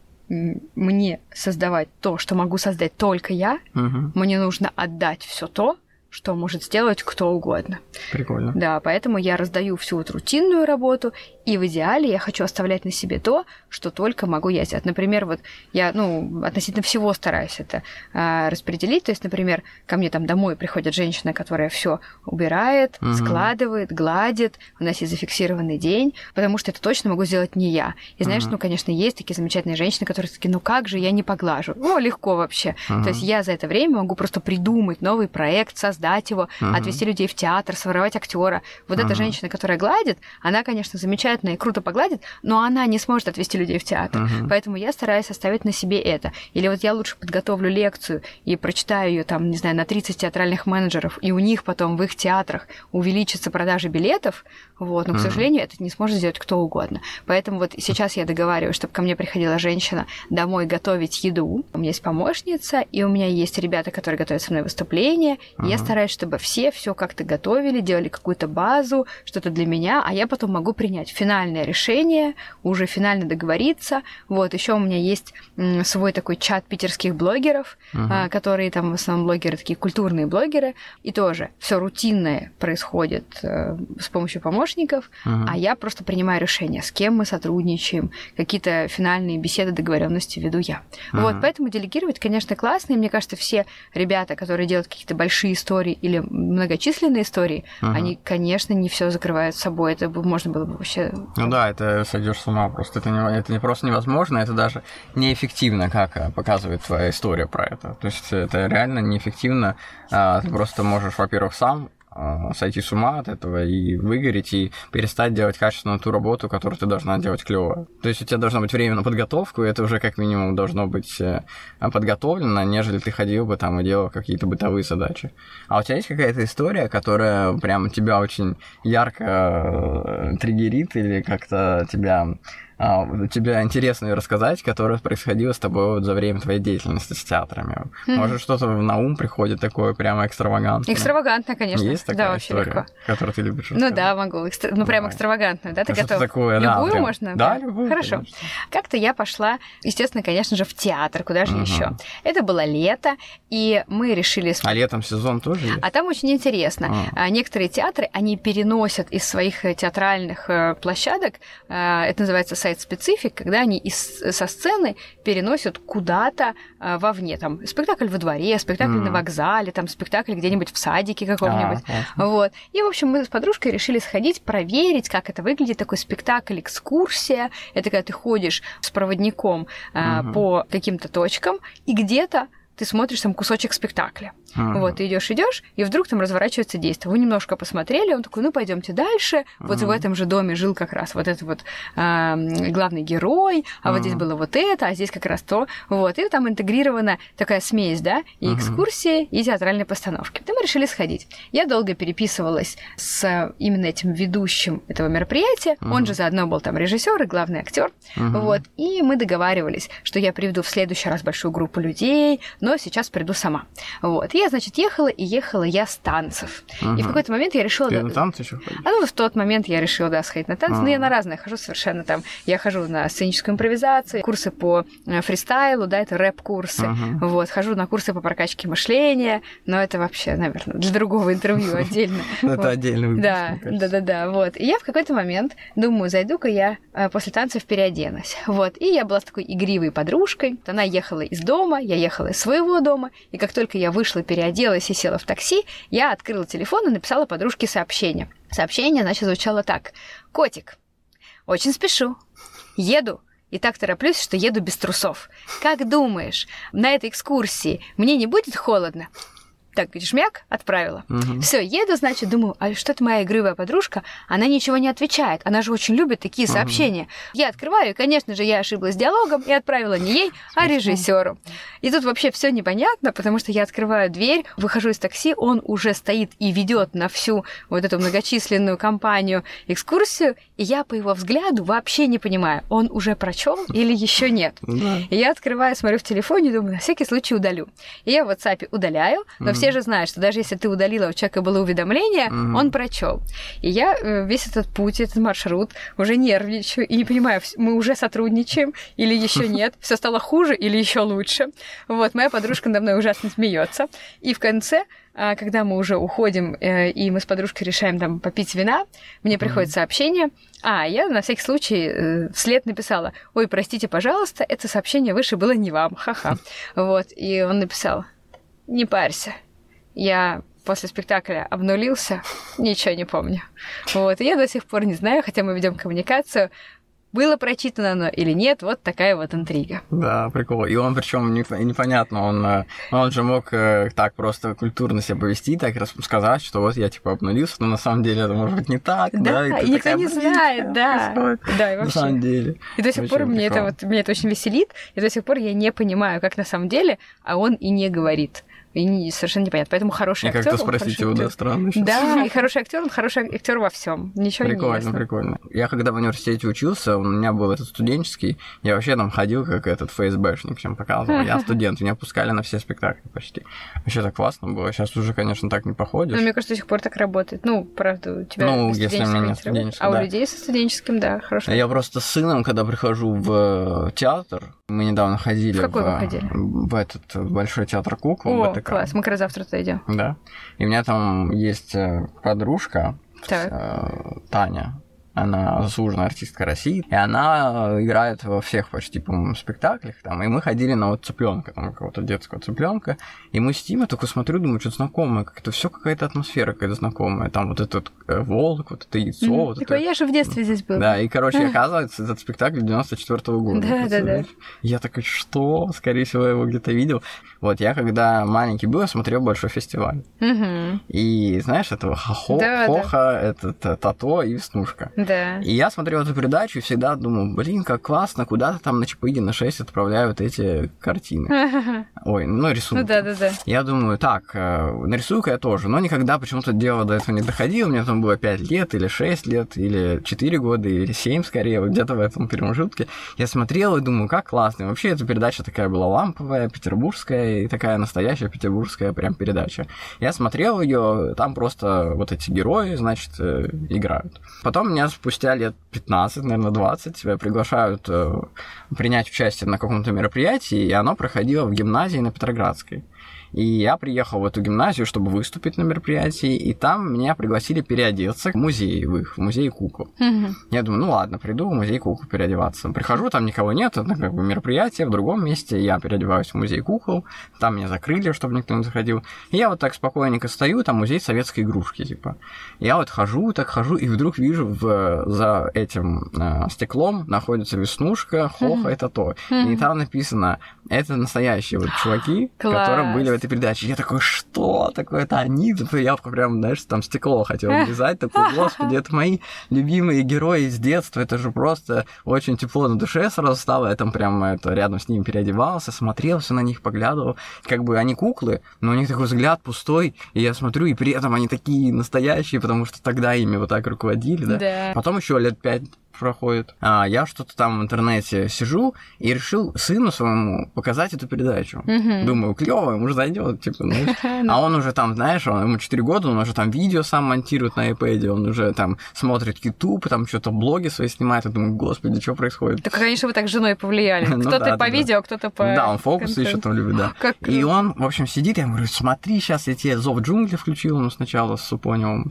мне создавать то, что могу создать только я, uh-huh. мне нужно отдать все то, что может сделать кто угодно. Прикольно. Да, поэтому я раздаю всю вот рутинную работу, и в идеале я хочу оставлять на себе то, что только могу я сделать. Например, вот я, ну, относительно всего стараюсь это а, распределить. То есть, например, ко мне там домой приходит женщина, которая все убирает, угу. складывает, гладит, у нас есть зафиксированный день, потому что это точно могу сделать не я. И знаешь, угу. ну, конечно, есть такие замечательные женщины, которые такие, ну как же я не поглажу? Ну, легко вообще. Угу. То есть я за это время могу просто придумать новый проект, создать его, uh-huh. отвести людей в театр, своровать актера. Вот uh-huh. эта женщина, которая гладит, она, конечно, замечательная и круто погладит, но она не сможет отвести людей в театр. Uh-huh. Поэтому я стараюсь оставить на себе это. Или вот я лучше подготовлю лекцию и прочитаю ее там, не знаю, на тридцать театральных менеджеров, и у них потом в их театрах увеличится продажа билетов, вот, но, uh-huh. к сожалению, это не сможет сделать кто угодно. Поэтому вот сейчас я договариваюсь, чтобы ко мне приходила женщина домой готовить еду. У меня есть помощница, и у меня есть ребята, которые готовят со мной выступления, uh-huh. и я стараюсь, чтобы все все как-то готовили, делали какую-то базу, что-то для меня, а я потом могу принять финальное решение, уже финально договориться. Вот, еще у меня есть свой такой чат питерских блогеров, uh-huh. которые там в основном блогеры, такие культурные блогеры, и тоже все рутинное происходит с помощью помощников, uh-huh. а я просто принимаю решение, с кем мы сотрудничаем, какие-то финальные беседы, договоренности веду я. Uh-huh. Вот, поэтому делегировать, конечно, классно, и мне кажется, все ребята, которые делают какие-то большие истории или многочисленные истории, uh-huh. они, конечно, не все закрывают собой. Это можно было бы вообще... Ну да, это сойдешь с ума просто. Это не, это не просто невозможно, это даже неэффективно, как показывает твоя история про это. То есть это реально неэффективно. Ты просто можешь, во-первых, сам сойти с ума от этого и выгореть, и перестать делать качественно ту работу, которую ты должна делать клёво. То есть у тебя должно быть время на подготовку, и это уже как минимум должно быть подготовлено, нежели ты ходил бы там и делал какие-то бытовые задачи. А у тебя есть какая-то история, которая прям тебя очень ярко триггерит или как-то тебя... тебе интересно ее рассказать, которое происходило с тобой вот за время твоей деятельности с театрами. Mm-hmm. Может, что-то на ум приходит такое прямо экстравагантное? Экстравагантно, конечно. Есть такая да, история, легко. Которую ты любишь рассказать? Ну да, могу. Экстра... Ну, прям экстравагантную, да? Ты а готов? Такое? Любую Да, прям... можно? Да, любую. Хорошо. Конечно. Как-то я пошла, естественно, конечно же, в театр. Куда же uh-huh. еще? Это было лето, и мы решили... А летом сезон тоже есть? А там очень интересно. Uh-huh. Некоторые театры, они переносят из своих театральных площадок, это называется сайт-специфик, когда они из, со сцены переносят куда-то а, вовне. Там спектакль во дворе, спектакль mm. на вокзале, там спектакль где-нибудь в садике каком-нибудь. А, вот. И, в общем, мы с подружкой решили сходить, проверить, как это выглядит. Такой спектакль, экскурсия. Это когда ты ходишь с проводником а, mm-hmm. по каким-то точкам, и где-то ты смотришь там кусочек спектакля. Uh-huh. Вот, ты идешь, идешь, и вдруг там разворачивается действие. Вы немножко посмотрели, он такой, ну, пойдемте дальше. Uh-huh. Вот в этом же доме жил как раз вот этот вот э, главный герой, а uh-huh. вот здесь было вот это, а здесь как раз то. Вот, и там интегрирована такая смесь, да, и uh-huh. экскурсии, и театральной постановки. И мы решили сходить. Я долго переписывалась с именно этим ведущим этого мероприятия. Uh-huh. Он же заодно был там режиссер и главный актер. Uh-huh. Вот, и мы договаривались, что я приведу в следующий раз большую группу людей, но сейчас приду сама. Вот. Я, значит, ехала, и ехала я с танцев. Uh-huh. И в какой-то момент я решила... Ты да, на танцы еще ходишь? А ну, в тот момент я решила, да, сходить на танцы. Uh-huh. Но я на разные хожу совершенно там. Я хожу на сценическую импровизацию, курсы по фристайлу, да, это рэп-курсы. Uh-huh. Вот. Хожу на курсы по прокачке мышления. Но это вообще, наверное, для другого интервью отдельно. Это отдельный выпуск. Да, да, да, да. Вот. И я в какой-то момент думаю, зайду-ка я после танцев переоденусь. Вот. И я была с такой игривой подружкой. Она ехала из дома, я ехала из своего дома, и как только я вышла, переоделась и села в такси, я открыла телефон и написала подружке сообщение. Сообщение, значит, звучало так. «Котик, очень спешу. Еду. И так тороплюсь, что еду без трусов. Как думаешь, на этой экскурсии мне не будет холодно?» Так, жмяк, отправила. Угу. Все, еду, значит, думаю, а что это моя игривая подружка? Она ничего не отвечает. Она же очень любит такие угу. сообщения. Я открываю, и, конечно же, я ошиблась диалогом и отправила не ей, а режиссеру. И тут вообще все непонятно, потому что я открываю дверь, выхожу из такси, он уже стоит и ведет на всю вот эту многочисленную компанию экскурсию, и я по его взгляду вообще не понимаю, он уже прочел или еще нет. Да. И я открываю, смотрю в телефоне и думаю, на всякий случай удалю. И я в WhatsApp удаляю, но все же знают, что даже если ты удалила, у человека было уведомление, mm-hmm. он прочел. И я весь этот путь, этот маршрут уже нервничаю и не понимаю, мы уже сотрудничаем или еще нет, все стало хуже или еще лучше. Вот, моя подружка надо мной ужасно смеется. И в конце, когда мы уже уходим, и мы с подружкой решаем там попить вина, мне приходит mm-hmm. сообщение. А, я на всякий случай вслед написала: «Ой, простите, пожалуйста, это сообщение выше было не вам, ха-ха». Вот, и он написал: «Не парься. Я после спектакля обнулился, ничего не помню». Вот, и я до сих пор не знаю, хотя мы ведем коммуникацию, было прочитано оно или нет, вот такая вот интрига. Да, прикол. И он, причем непонятно, он, он же мог так просто культурно себя повести, так сказать, что вот я типа обнулился, но на самом деле это может быть не так. Да, да и, и никто такая, не знает, да. Да, и вообще. На самом деле. И до сих пор мне это, вот, меня это очень веселит, и до сих пор я не понимаю, как на самом деле, а он и не говорит. И не, совершенно непонятно. Поэтому хороший актер. И как-то спросить его, да, странно сейчас. Да, и хороший актер, он хороший актер во всем. Ничего прикольно, не ясно. Прикольно, прикольно. Я когда в университете учился, у меня был этот студенческий, я вообще там ходил как этот ФСБшник, всем показывал. Я студент, меня пускали на все спектакли почти. Вообще так классно было. Сейчас уже, конечно, так не походишь. Но мне кажется, до сих пор так работает. Ну, правда, у тебя ну, если у меня нет студенческого, а да. у людей со студенческим, да, хорошо. Я просто с сыном, когда прихожу в театр, мы недавно ходили в, какой в, вы ходили? в этот большой театр кукол. О, класс, мы как раз завтра туда идем. Да. И у меня там есть подружка, так. Таня. Она заслуженная артистка России, и она играет во всех почти, по-моему, спектаклях там. И мы ходили на вот цыпленка, там какого-то детского цыпленка. И мы с Тимой только смотрю, думаю, что-то знакомое, как-то все какая-то атмосфера какая-то знакомая. Там вот этот э, волк, вот это яйцо. Mm-hmm. Вот такой, это... я же в детстве здесь был. Да, и, короче, оказывается, этот спектакль девяносто четвёртого года. Да, да, да. Я такой, что? Скорее всего, я его где-то видел. Вот, я когда маленький был, я смотрел большой фестиваль. Mm-hmm. И знаешь, этого Хохо, да, Хоха, да. этот Тато и Веснушка. Да. И я смотрел эту передачу и всегда думал, блин, как классно, куда-то там на Чапыге на шесть отправляют эти картины. Ой, ну, рисунки. Ну, да, да, да. Я думаю, так, нарисую-ка я тоже, но никогда почему-то дело до этого не доходило, мне там было пять лет, или шесть лет, или четыре года, или семь скорее, вот где-то в этом промежутке. Я смотрел и думаю, как классно. И вообще эта передача такая была ламповая, петербургская, и такая настоящая петербургская прям передача. Я смотрел ее, там просто вот эти герои, значит, играют. Потом меня спустя лет пятнадцать, наверное, двадцать тебя приглашают э, принять участие на каком-то мероприятии, и оно проходило в гимназии на Петроградской. И я приехал в эту гимназию, чтобы выступить на мероприятии, и там меня пригласили переодеться в музей, в их, в музей кукол. Mm-hmm. Я думаю, ну ладно, приду в музей кукол переодеваться. Прихожу, там никого нет, это как бы мероприятие в другом месте, я переодеваюсь в музей кукол, там меня закрыли, чтобы никто не заходил. И я вот так спокойненько стою, там музей советской игрушки, типа. Я вот хожу, так хожу, и вдруг вижу в, за этим э, стеклом находится Веснушка, Хоха mm-hmm. и Тото. Mm-hmm. И там написано, это настоящие вот чуваки, Класс. которые были в этой передаче. Я такой, что такое? Это они? Я прям, знаешь, там стекло хотел вырезать. Такой, господи, это мои любимые герои из детства. Это же просто очень тепло на душе сразу стало. Я там прям это, рядом с ними переодевался, смотрелся на них, поглядывал. Как бы они куклы, но у них такой взгляд пустой. И я смотрю, и при этом они такие настоящие, потому что тогда ими вот так руководили, да? Да. Потом еще лет пять проходит. А я что-то там в интернете сижу и решил сыну своему показать эту передачу. Mm-hmm. Думаю, клево, ему же зайдет, типа, знаешь. А он уже там, знаешь, он, ему четыре года, он уже там видео сам монтирует на iPad, он уже там смотрит YouTube, там что-то блоги свои снимает. Я думаю, господи, что происходит? Так, конечно, вы так с женой повлияли. Кто-то по видео, кто-то по... Да, он фокусы еще там любит, да. И он, в общем, сидит, я говорю, смотри, сейчас я тебе «Зов джунглей» включил, ну, сначала с Супоневым.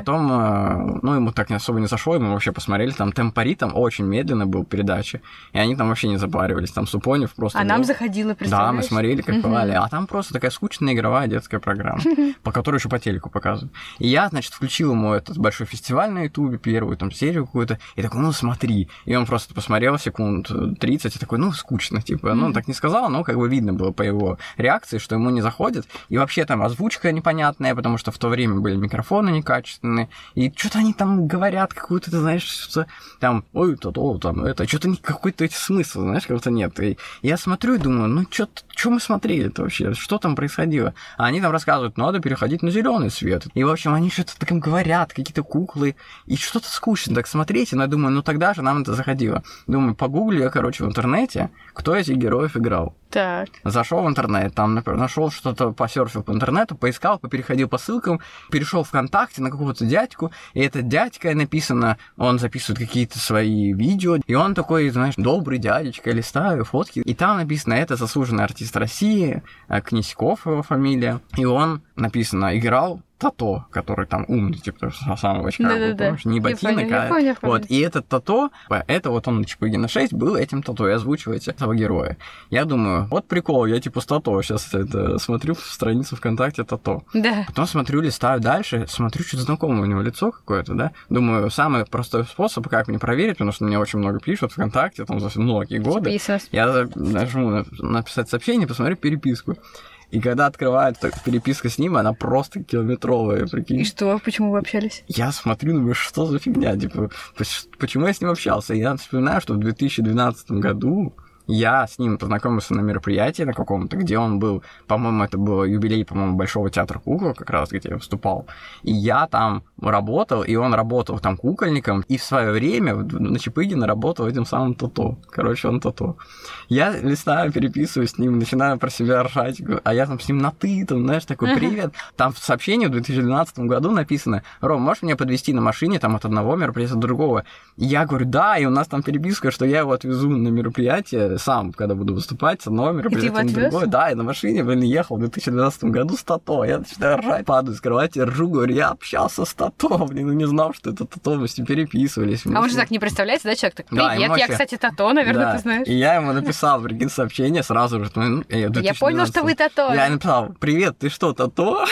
Потом, ну, ему так особо не зашло, мы вообще посмотрели, там темпоритм там очень медленно был передача, и они там вообще не запаривались, там Супонев просто... А был... нам заходило, представляешь? Да, мы смотрели, кайфовали, uh-huh. а там просто такая скучная игровая детская программа, uh-huh. по которой еще по телеку показывают. И я, значит, включил ему этот большой фестиваль на Ютубе, первую там серию какую-то, и такой, ну, смотри. И он просто посмотрел секунд тридцать, и такой, ну, скучно, типа. Uh-huh. Ну, он так не сказал, но как бы видно было по его реакции, что ему не заходит. И вообще там озвучка непонятная, потому что в то время были микрофоны некачественные, и что-то они там говорят, какую-то, ты знаешь, что там, ой, то-то, там, это, что-то какой-то эти смысл, знаешь, как-то нет. И я смотрю и думаю, ну, что мы смотрели-то вообще, что там происходило? А они там рассказывают, надо переходить на зеленый свет. И, в общем, они что-то там говорят, какие-то куклы, и что-то скучно так смотреть. И я думаю, ну, тогда же нам это заходило. Думаю, погуглю я, короче, в интернете, кто этих героев играл. Так. Зашел в интернет, там, например, нашел что-то, посерфил по интернету, поискал, попереходил по ссылкам, перешел ВКонтакте на какого-то дядьку, и этот дядька написано, он записывает какие-то свои видео, и он такой, знаешь, добрый дядечка, листаю фотки, и там написано, это заслуженный артист России, Князьков его фамилия, и он, написано, играл Тото, который там умный, типа, самого очка, помнишь, не ботинок, а... Понял, вот, и этот Тото, это вот он на Чапыгина шесть был этим Тото, и озвучивает этого героя. Я думаю, вот прикол, я типа с Тото, сейчас это смотрю в страницу ВКонтакте Тото. Да. Потом смотрю, листаю дальше, смотрю, что-то знакомое у него лицо какое-то, да. Думаю, самый простой способ, как мне проверить, потому что мне очень много пишут ВКонтакте, там, за многие годы. Список. Я нажму написать сообщение, посмотрю переписку. И когда открывают переписка с ним, она просто километровая, прикинь. И что? Почему вы общались? Я смотрю, думаю, что за фигня, типа, почему я с ним общался? И я вспоминаю, что в две тысячи двенадцатом году я с ним познакомился на мероприятии на каком-то, где он был, по-моему, это был юбилей, по-моему, Большого театра кукол, как раз, где я выступал. И я там работал, и он работал там кукольником, и в свое время на Чапыгина работал этим самым Тото. Короче, он Тото. Я листаю, переписываюсь с ним, начинаю про себя ржать, а я там с ним на «ты», там, знаешь, такой «привет». Там в сообщении в две тысячи двенадцатом году написано: «Ром, можешь меня подвезти на машине там от одного мероприятия до другого?» И я говорю «да», и у нас там переписка, что я его отвезу на мероприятие сам, когда буду выступать, с одного мероприятия на другое. Да, и на машине, блин, ехал в две тысячи двенадцатом году с Тото. Я начинаю ржать, падаю с кровати, ржу, говорю, я общался с Тото, блин, ну не знал, что это Тото, мы с ним переписывались. А он же так не представляется, да, человек? Так, привет, да, я, вообще... кстати, Тото, наверное, да. Ты знаешь. И я ему написал, прикинь, сообщение сразу же. Ну, я, я понял, что вы Тото. Я написал, привет, ты что, Тото?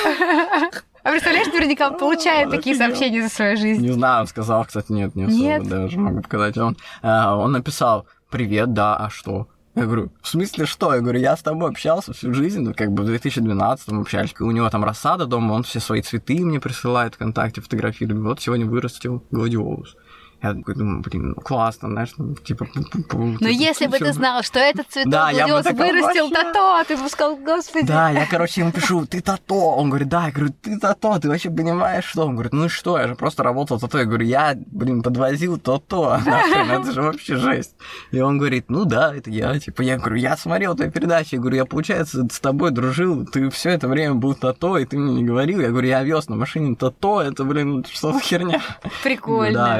А представляешь, наверняка он получает такие сообщения за свою жизнь. Не знаю, он сказал, кстати, нет, не особо, нет? Даже могу показать. Он, он написал, привет, да, а что? Я говорю, в смысле что? Я говорю, я с тобой общался всю жизнь, ну, как бы в две тысячи двенадцатом общались. У него там рассада дома, он все свои цветы мне присылает ВКонтакте, фотографирует. Вот сегодня вырастил гладиолус. Я думаю, блин, ну классно, знаешь, ну, типа... Но если бы ты знал, что этот цветок да, гладиолус вырастил Тото, ты бы сказал, господи. Да, я, короче, ему пишу, ты Тото. Он говорит, да, я говорю, ты Тото, ты вообще понимаешь, что? Он говорит, ну и что, я же просто работал Тото. Я говорю, я, блин, подвозил Тото, нахрен, это же вообще жесть. И он говорит, ну да, это я, типа, я говорю, я смотрел твою передачу, я говорю, я, получается, с тобой дружил, ты все это время был Тото, и ты мне не говорил. Я говорю, я вез на машине Тото, это, блин, что за херня? Прикольно. Да, это вообще...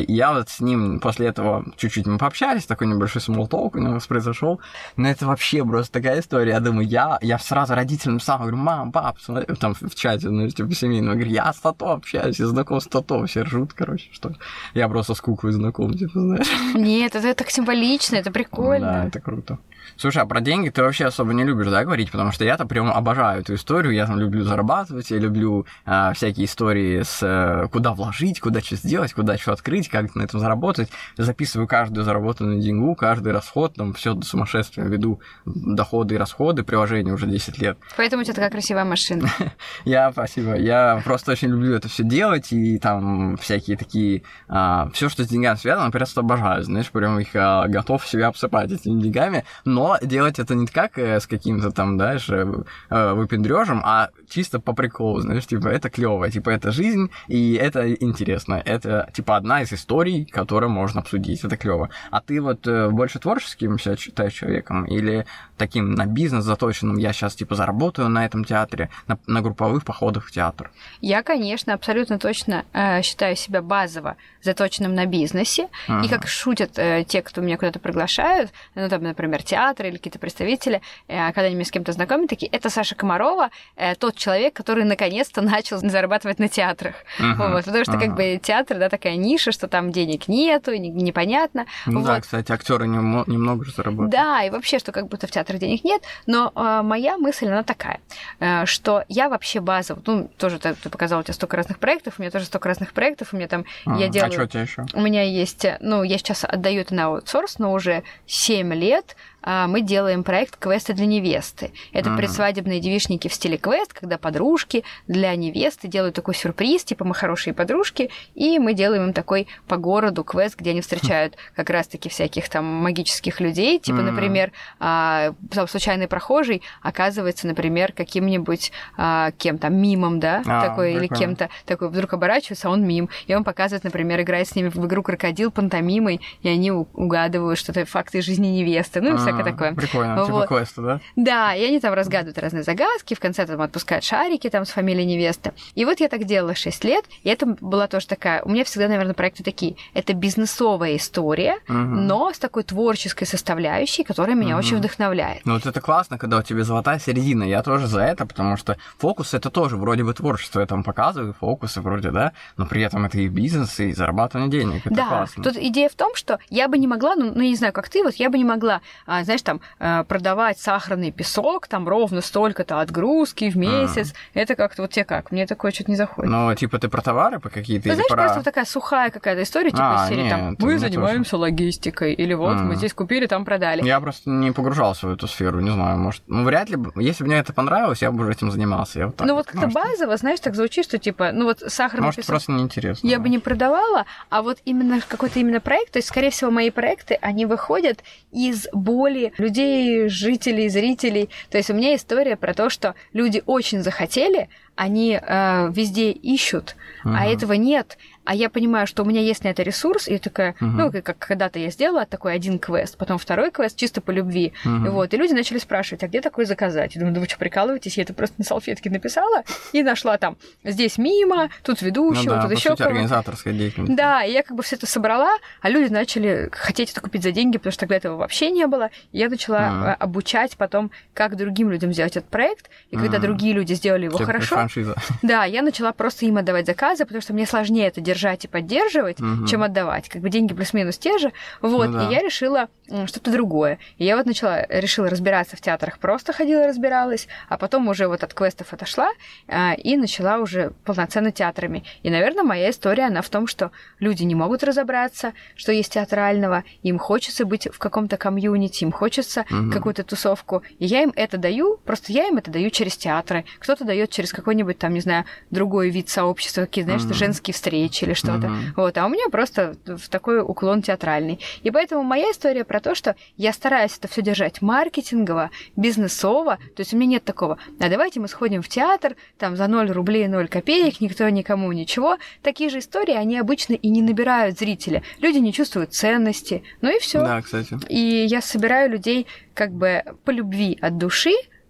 И я вот с ним после этого чуть-чуть мы пообщались, такой небольшой смолтолк у нас произошел. Но это вообще просто такая история. Я думаю, я, я сразу родителям сам говорю, мам, пап, смотри, там в чате, ну, типа, семейного, говорю, я с Тото общаюсь, я знаком с Тото, все ржут, короче, что я просто с Кукой знаком, типа, знаешь. Нет, это так символично, это прикольно. Да, это круто. Слушай, а про деньги ты вообще особо не любишь, да, говорить? Потому что я-то прям обожаю эту историю, я там люблю зарабатывать, я люблю э, всякие истории с э, куда вложить, куда что сделать, куда что открыть, как на этом заработать. Записываю каждую заработанную деньгу, каждый расход, там все до сумасшествия веду, доходы и расходы, приложение уже десять лет. Поэтому у тебя такая красивая машина. Я, спасибо, я просто очень люблю это все делать, и там всякие такие, все, что с деньгами связано, я просто обожаю, знаешь, прям их готов себя обсыпать этими деньгами, но делать это не как с каким-то там, знаешь, выпендрёжем, а чисто по приколу, знаешь, типа, это клёво, типа, это жизнь, и это интересно, это, типа, одна из историй, которую можно обсудить, это клёво. А ты вот больше творческим себя считаешь человеком, или таким на бизнес заточенным, я сейчас, типа, заработаю на этом театре, на, на групповых походах в театр? Я, конечно, абсолютно точно э, считаю себя базово заточенным на бизнесе, uh-huh. и как шутят э, те, кто меня куда-то приглашают, ну, там, например, театр или какие-то представители, э, когда они меня с кем-то знакомят, такие, это Саша Комарова, э, тот человек, который наконец-то начал зарабатывать на театрах. Uh-huh. Вот, потому что, uh-huh. как бы, театр, да, такая ниша, что там денег нету, непонятно. Ну вот. Да, кстати, актеры немного, немного же зарабатывают. Да, и вообще, что как будто в театрах денег нет, но э, моя мысль, она такая, э, что я вообще базово, ну, тоже ты, ты показала, у тебя столько разных проектов, у меня тоже столько разных проектов, у меня там, а, я делаю... А что у тебя еще? У меня есть, ну, я сейчас отдаю это на аутсорс, но уже семь лет мы делаем проект «Квесты для невесты». Это uh-huh. предсвадебные девичники в стиле квест, когда подружки для невесты делают такой сюрприз, типа мы хорошие подружки, и мы делаем им такой по городу квест, где они встречают как раз-таки всяких там магических людей, типа, uh-huh. например, там случайный прохожий оказывается, например, каким-нибудь кем там, мимом, да, а, такой, или кем-то, такой вдруг оборачивается, а он мим, и он показывает, например, играет с ними в игру «Крокодил» пантомимой, и они угадывают что-то, факты жизни невесты, ну и всякое такое. Прикольно, вот. Типа квеста, да? Да, и они там разгадывают разные загадки, в конце там отпускают шарики там с фамилией невесты. И вот я так делала шесть лет, и это была тоже такая... У меня всегда, наверное, проекты такие. Это бизнесовая история, угу. но с такой творческой составляющей, которая меня угу. очень вдохновляет. Ну вот это классно, когда у тебя золотая середина. Я тоже за это, потому что фокус — это тоже вроде бы творчество. Я там показываю фокусы вроде, да, но при этом это и бизнес, и зарабатывание денег. Это да, классно. Тут идея в том, что я бы не могла, ну, ну я не знаю, как ты, вот я бы не могла, знаешь, там, продавать сахарный песок, там, ровно столько-то отгрузки в месяц. Mm. Это как-то вот тебе как? Мне такое что-то не заходит. Ну, типа, ты про товары по какие-то? Ты знаешь, про... просто вот такая сухая какая-то история, типа, а, из серии, нет, там, мы занимаемся тоже. логистикой, или вот, mm. мы здесь купили, там продали. Я просто не погружался в эту сферу, не знаю, может, ну, вряд ли, если бы мне это понравилось, я бы уже этим занимался. Я вот так ну, вот вот как-то может... базово, знаешь, так звучит, что, типа, ну, вот сахарный может, песок... просто неинтересно. Я да. бы не продавала, а вот именно какой-то именно проект, то есть, скорее всего, мои проекты, они выходят из боли людей, жителей, зрителей. То есть у меня история про то, что люди очень захотели, они э, везде ищут, uh-huh. а этого нет. А я понимаю, что у меня есть на это ресурс, и я такая, uh-huh. ну, как когда-то я сделала такой один квест, потом второй квест чисто по любви. Uh-huh. И вот, и люди начали спрашивать, а где такой заказать? Я думаю, да вы что, прикалываетесь? Я это просто на салфетке написала и нашла там, здесь мимо, тут ведущего, ну, да, тут еще кого-то. Организаторская деятельность. Да, и я как бы все это собрала, а люди начали хотеть это купить за деньги, потому что тогда этого вообще не было. И я начала uh-huh. обучать потом, как другим людям сделать этот проект, и uh-huh. когда другие люди сделали его Типа хорошо, франшиза. Да, я начала просто им отдавать заказы, потому что мне сложнее это держать и поддерживать, угу. чем отдавать. Как бы деньги плюс-минус те же. Вот, ну, да. И я решила что-то другое. И я вот начала, решила разбираться в театрах, просто ходила, разбиралась, а потом уже вот от квестов отошла а, и начала уже полноценно театрами. И, наверное, моя история, она в том, что люди не могут разобраться, что есть театрального, им хочется быть в каком-то комьюнити, им хочется угу. какую-то тусовку. И я им это даю, просто я им это даю через театры. Кто-то дает через какой-нибудь там, не знаю, другой вид сообщества, какие, знаешь, mm-hmm. женские встречи или что-то. Mm-hmm. Вот, а у меня просто в такой уклон театральный. И поэтому моя история про то, что я стараюсь это все держать маркетингово, бизнесово, то есть у меня нет такого, а давайте мы сходим в театр, там за ноль рублей ноль копеек, никто никому ничего. Такие же истории, они обычно и не набирают зрителя. Люди не чувствуют ценности, ну и все. Да, кстати. И я собираю людей как бы по любви от души,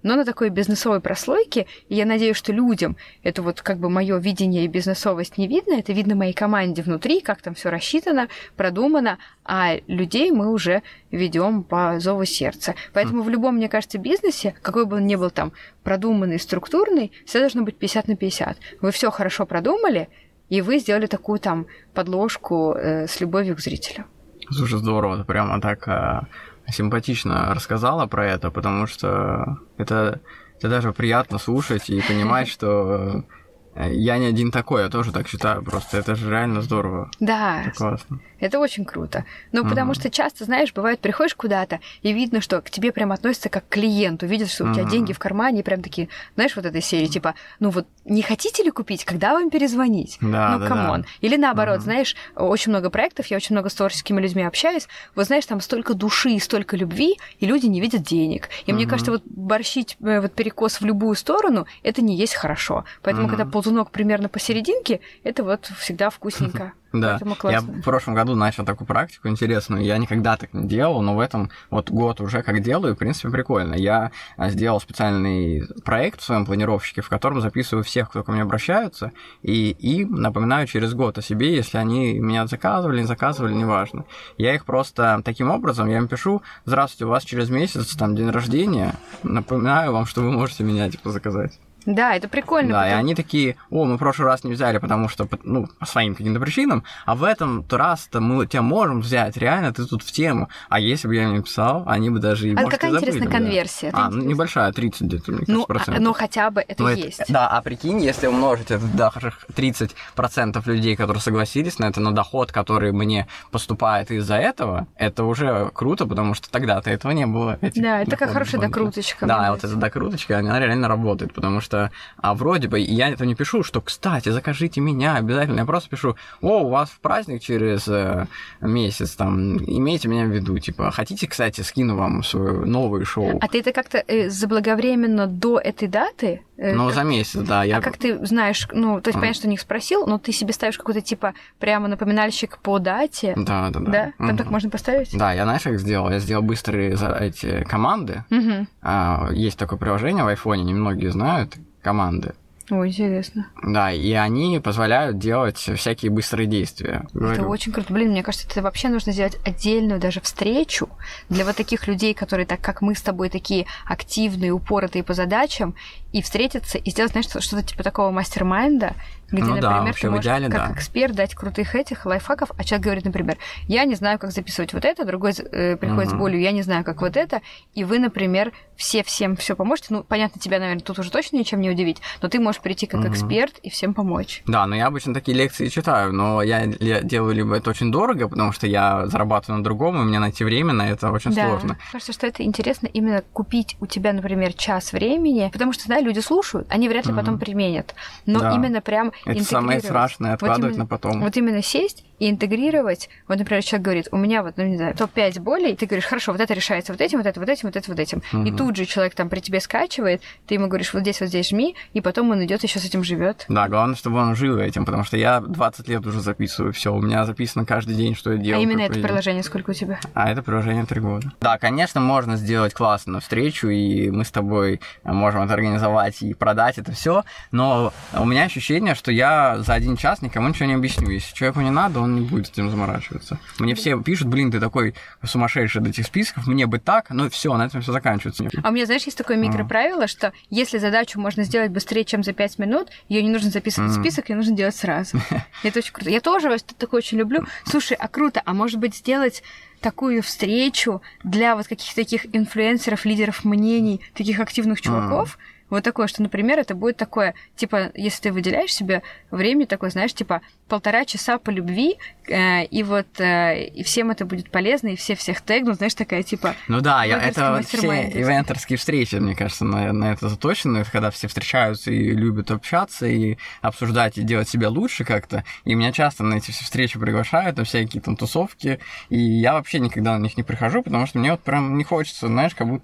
но на такой бизнесовой прослойке, и я надеюсь, что людям это вот как бы мое видение и бизнесовость не видно, это видно моей команде внутри, как там все рассчитано, продумано, а людей мы уже ведем по зову сердца. Поэтому в любом, мне кажется, бизнесе, какой бы он ни был там продуманный, структурный, все должно быть пятьдесят на пятьдесят. Вы все хорошо продумали, и вы сделали такую там подложку э, с любовью к зрителю. Слушай, здорово, ты прямо так э, симпатично рассказала про это, потому что это, это даже приятно слушать и понимать, что э, я не один такой, я тоже так считаю, просто это же реально здорово. Да. Это классно. Это очень круто. Ну, uh-huh. потому что часто, знаешь, бывает, приходишь куда-то, и видно, что к тебе прям относятся как к клиенту. Видишь, что у uh-huh. тебя деньги в кармане, и прям такие, знаешь, вот этой серии, типа, ну вот, не хотите ли купить, когда вам перезвонить? Да, ну, да, камон. Да. Или наоборот, uh-huh. знаешь, очень много проектов, я очень много с творческими людьми общаюсь, вот знаешь, там столько души и столько любви, и люди не видят денег. И uh-huh. мне кажется, вот борщить, вот перекос в любую сторону, это не есть хорошо. Поэтому, uh-huh. когда ползунок примерно посерединке, это вот всегда вкусненько. Да, я в прошлом году начал такую практику интересную, я никогда так не делал, но в этом вот год уже как делаю, в принципе, прикольно. Я сделал специальный проект в своем планировщике, в котором записываю всех, кто ко мне обращаются, и им напоминаю через год о себе, если они меня заказывали, не заказывали, неважно. Я их просто таким образом, я им пишу: здравствуйте, у вас через месяц там день рождения, напоминаю вам, что вы можете меня типа заказать. Да, это прикольно. Да, потому... и они такие: о, мы в прошлый раз не взяли, потому что, ну, по своим каким-то причинам, а в этом раз-то мы тебя можем взять, реально, ты тут в тему. А если бы я им написал, они бы даже и, а может, какая и забыли. интересная Да. конверсия? А, ну, небольшая, тридцать где-то, мне кажется, ну, процентов. Но хотя бы это но есть. Это, да, а прикинь, если умножить это даже тридцать процентов людей, которые согласились на это, на доход, который мне поступает из-за этого, это уже круто, потому что тогда-то этого не было. Да, это такая хорошая докруточка. Да, вот эта докруточка, она реально работает, потому что а вроде Вроде бы, я это не пишу, что, кстати, закажите меня обязательно. Я просто пишу: о, у вас в праздник через э, месяц, там, имейте меня в виду. Типа, хотите, кстати, скину вам свое новое шоу. А ты это как-то э, заблаговременно до этой даты? Э, ну, как... за месяц, да. Я... А как ты знаешь, ну, то есть, понятно, что не спросил, но ты себе ставишь какой-то, типа, прямо напоминальщик по дате? Да, да, да. Да? Там угу. так можно поставить? Да, я, знаешь, как сделал? Я сделал быстрые эти команды. Угу. А, есть такое приложение в айфоне, немногие знают, команды. Ой, интересно. Да, и они позволяют делать всякие быстрые действия. Это Говорю. очень круто. Блин, мне кажется, это вообще нужно сделать отдельную даже встречу для вот таких людей, которые, так как мы с тобой, такие активные, упоротые по задачам, и встретиться, и сделать, знаешь, что-то типа такого мастер-майнда, где, ну, например, да, ты можешь идеале, как да. эксперт дать крутых этих лайфхаков, а человек говорит, например, я не знаю, как записывать вот это, другой э, приходит uh-huh. с болью, я не знаю, как вот это, и вы, например, все всем все поможете. Ну, понятно, тебя, наверное, тут уже точно ничем не удивить, но ты можешь прийти как uh-huh. эксперт и всем помочь. Да, но я обычно такие лекции читаю, но я делаю либо это очень дорого, потому что я зарабатываю на другом, и мне найти время на это очень да. сложно. Кажется, что это интересно именно купить у тебя, например, час времени, потому что, знаешь, люди слушают, они вряд ли uh-huh. потом применят, но да. именно прям это интегрировать. Самое страшное, откладывать вот именно, на потом. Вот именно сесть и интегрировать. Вот, например, человек говорит, у меня вот, ну, не знаю, топ пять болей, ты говоришь, хорошо, вот это решается вот этим, вот это, вот этим, вот это, вот этим. Uh-huh. И тут же человек там при тебе скачивает, ты ему говоришь, вот здесь, вот здесь жми, и потом он идет еще с этим живет. Да, главное, чтобы он жил этим, потому что я двадцать лет уже записываю все, у меня записано каждый день, что я делаю. А именно это приложение сколько у тебя? А это приложение три года. Да, конечно, можно сделать классную встречу, и мы с тобой можем это организовать и продать это все, но у меня ощущение, что я за один час никому ничего не объясню. Если человеку не надо, он не будет этим заморачиваться. Мне все пишут, блин, ты такой сумасшедший до этих списков, мне бы так, ну все, на этом все заканчивается. А у меня, знаешь, есть такое микроправило, что если задачу можно сделать быстрее, чем за пять минут, ее не нужно записывать в список, ее нужно делать сразу. Это очень круто. Я тоже такое очень люблю. Слушай, а круто, а может быть сделать такую встречу для вот каких-то таких инфлюенсеров, лидеров мнений, таких активных чуваков, вот такое, что, например, это будет такое, типа, если ты выделяешь себе время такое, знаешь, типа, полтора часа по любви, э, и вот э, и всем это будет полезно, и все всех тегнут, знаешь, такая, типа... Ну да, я, это вот все ивентерские встречи, мне кажется, на, на это заточены, когда все встречаются и любят общаться, и обсуждать, и делать себя лучше как-то, и меня часто на эти все встречи приглашают, на всякие там тусовки, и я вообще никогда на них не прихожу, потому что мне вот прям не хочется, знаешь, как будто бы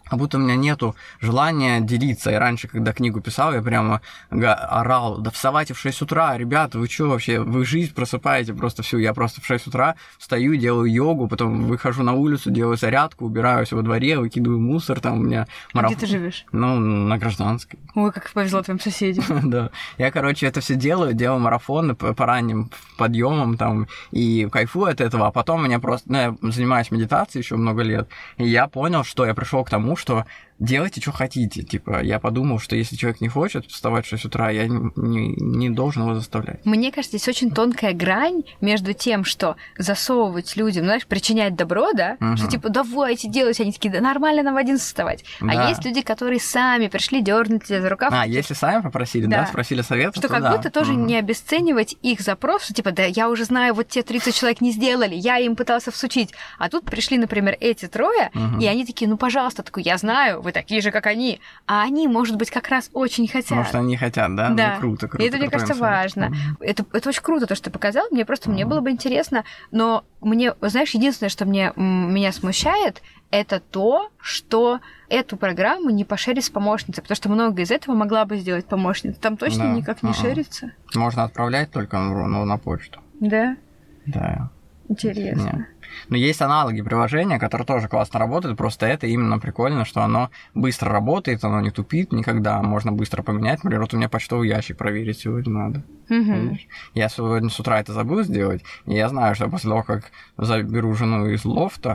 как будто у меня нету желания делиться. И раньше, когда книгу писал, я прямо орал: да вставайте в шесть утра, ребята, вы что вообще, вы жизнь просыпаете просто всю. Я просто в шесть утра встаю, делаю йогу, потом выхожу на улицу, делаю зарядку, убираюсь во дворе, выкидываю мусор, там у меня марафон. А где ты живешь? Ну, на Гражданской. Ой, как повезло твоим соседям. Да. Я, короче, это все делаю, делаю марафоны по ранним подъемам там, и кайфую от этого, а потом у меня просто, ну, я занимаюсь медитацией еще много лет, и я понял, что я пришел к тому, что делайте, что хотите. Типа, я подумал, что если человек не хочет вставать в шесть утра, я не, не должен его заставлять. Мне кажется, здесь очень тонкая грань между тем, что засовывать людям, знаешь, причинять добро, да, угу. что типа, давайте, делайте, они такие, да нормально нам в один вставать. Да. А есть люди, которые сами пришли, дернули тебя за рукав. А, если сами попросили, да, да спросили совет, что то как да. будто тоже угу. не обесценивать их запрос, что типа, да, я уже знаю, вот те тридцать человек не сделали, я им пытался всучить. А тут пришли, например, эти трое, угу. и они такие, ну, пожалуйста, такой, я знаю, вы такие же, как они, а они, может быть, как раз очень хотят. Может, они хотят, да? Да. Ну, круто, круто. И это, мне кажется, важно. Mm-hmm. Это, это очень круто, то, что ты показал. Мне просто, mm-hmm. мне было бы интересно, но мне, знаешь, единственное, что мне, меня смущает, это то, что эту программу не пошерить с помощницей, потому что много из этого могла бы сделать помощница. Там точно да. никак не uh-huh. шерится. Можно отправлять только ну, на почту. Да? Да. Интересно. Нет. Но есть аналоги приложения, которые тоже классно работают, просто это именно прикольно, что оно быстро работает, оно не тупит никогда, можно быстро поменять. Например, вот у меня почтовый ящик проверить сегодня надо. Угу. Я сегодня с утра это забыл сделать, и я знаю, что после того, как заберу жену из лофта,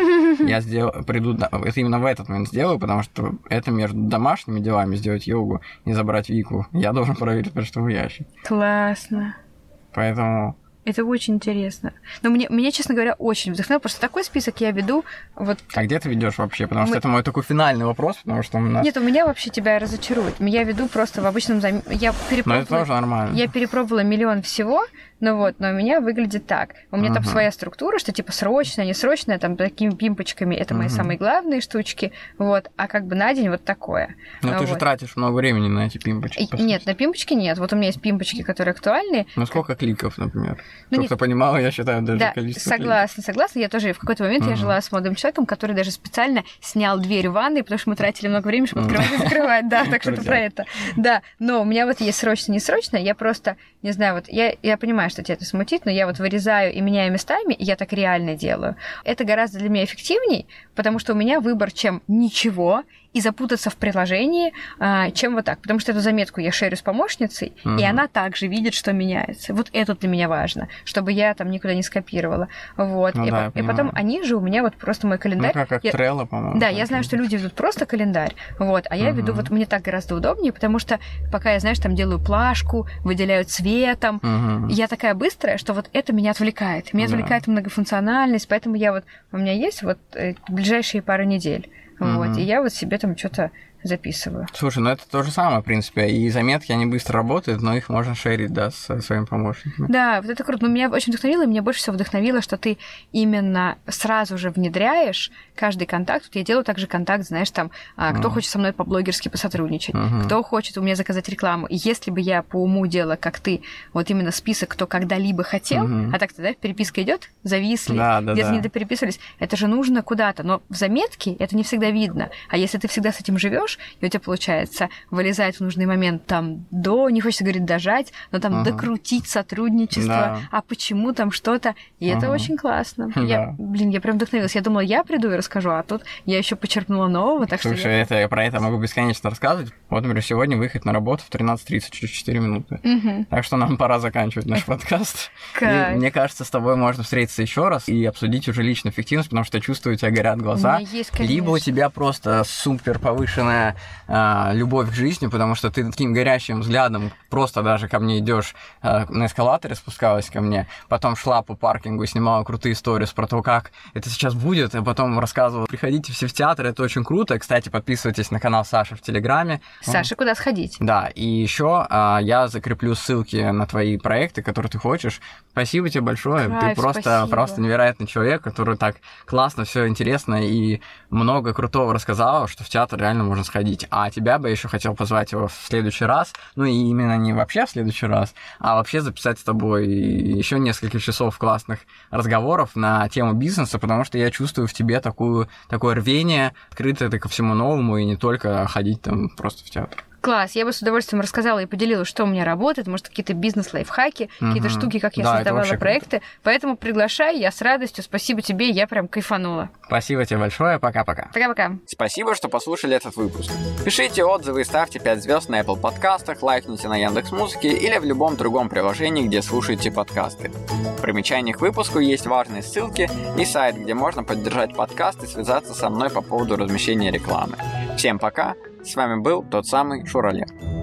я сделаю, приду, это именно в этот момент сделаю, потому что это между домашними делами, сделать йогу и забрать Вику, я должен проверить почтовый ящик. Классно. Поэтому... Это очень интересно. Но мне, меня, честно говоря, очень вдохновило. Просто такой список я веду. Вот... А где ты ведешь вообще? Потому Мы... что это мой такой финальный вопрос, потому что у нас... Нет, у меня вообще тебя разочарует. Я веду просто в обычном... Зам... Я перепробовала... Но это тоже нормально. Я перепробовала миллион всего, ну вот, но у меня выглядит так. У меня uh-huh. там своя структура, что типа срочная, несрочная, там такими пимпочками. Это uh-huh. мои самые главные штучки. Вот. А как бы на день вот такое. Но ну, ты вот. же тратишь много времени на эти пимпочки. И... Нет, на пимпочки нет. Вот у меня есть пимпочки, которые актуальные. Ну сколько кликов, например? Ну, Чтобы ты понимала, я считаю, даже да, количество согласна, кликов. согласна. Я тоже в какой-то момент uh-huh. я жила с молодым человеком, который даже специально снял дверь в ванной, потому что мы тратили много времени, чтобы открывать и закрывать. Да, так что это про это. Да, но у меня вот есть срочно-несрочно. Я просто, не знаю, вот я, я понимаю, что тебя это смутит, но я вот вырезаю и меняю местами, и я так реально делаю. Это гораздо для меня эффективней, потому что у меня выбор, чем ничего, и запутаться в приложении, чем вот так. Потому что эту заметку я шерю с помощницей, uh-huh. и она также видит, что меняется. Вот это для меня важно, чтобы я там никуда не скопировала. Вот. Ну, и, да, по- и потом они же у меня вот просто мой календарь. Ну, как я... Trello, по-моему. Да, я знаю, что люди ведут просто календарь, вот, а я uh-huh. веду, вот мне так гораздо удобнее, потому что пока я, знаешь, там делаю плашку, выделяю цветом, uh-huh. я такая быстрая, что вот это меня отвлекает. Меня да. отвлекает многофункциональность, поэтому я вот, у меня есть вот ближайшие пару недель. Вот, mm-hmm. и я вот себе там что-то записываю. Слушай, ну это то же самое, в принципе. И заметки, они быстро работают, но их можно шерить, да, со своими помощниками. Да, вот это круто. Но меня очень вдохновило, и меня больше всего вдохновило, что ты именно сразу же внедряешь каждый контакт. Вот я делаю также контакт, знаешь, там, кто mm-hmm. хочет со мной по-блогерски посотрудничать, mm-hmm. кто хочет у меня заказать рекламу. И если бы я по уму делала, как ты, вот именно список, кто когда-либо хотел, mm-hmm. а так-то, да, переписка идет, зависли, да, да, где-то да. не допереписывались, это же нужно куда-то. Но в заметке это не всегда видно. А если ты всегда с этим живешь, и у тебя получается вылезать в нужный момент там до, не хочется говорить дожать, но там uh-huh. докрутить сотрудничество, да. а почему там что-то, и uh-huh. это очень классно. Да. Я, блин, я прям вдохновилась. Я думала, я приду и расскажу, а тут я еще почерпнула нового, так Слушай, что я... это, я про это могу бесконечно рассказывать. Вот, например, сегодня выехать на работу в тринадцать тридцать, через четыре минуты. Uh-huh. Так что нам пора заканчивать наш подкаст. И, мне кажется, с тобой можно встретиться еще раз и обсудить уже личную эффективность, потому что я чувствую, у тебя горят глаза. У меня есть, либо у тебя просто супер повышенная а, любовь к жизни, потому что ты таким горящим взглядом просто даже ко мне идешь а, на эскалаторе, спускалась ко мне, потом шла по паркингу и снимала крутые истории про то, как это сейчас будет, и потом рассказывала, приходите все в театр, это очень круто. Кстати, подписывайтесь на канал Саши в Телеграме. Саша, куда сходить? Да, и еще а, я закреплю ссылки на твои проекты, которые ты хочешь. Спасибо тебе большое. Кайф, ты просто, спасибо. просто невероятный человек, который так классно, все интересно и много крутого рассказала, что в театр реально можно сходить. А тебя бы еще хотел позвать его в следующий раз. Ну и именно не вообще в следующий раз, а вообще записать с тобой еще несколько часов классных разговоров на тему бизнеса, потому что я чувствую в тебе такую, такое рвение, открытое ко всему новому и не только ходить там просто в театр. Класс, я бы с удовольствием рассказала и поделилась, что у меня работает, может, какие-то бизнес-лайфхаки, угу. какие-то штуки, как я да, создавала проекты. Круто. Поэтому приглашай, я с радостью. Спасибо тебе, я прям кайфанула. Спасибо тебе большое, пока-пока. Пока-пока. Спасибо, что послушали этот выпуск. Пишите отзывы и ставьте пять звезд на Apple подкастах, лайкните на Яндекс.Музыке или в любом другом приложении, где слушаете подкасты. В примечаниях к выпуску есть важные ссылки и сайт, где можно поддержать подкаст и связаться со мной по поводу размещения рекламы. Всем пока! С вами был тот самый Шуралев.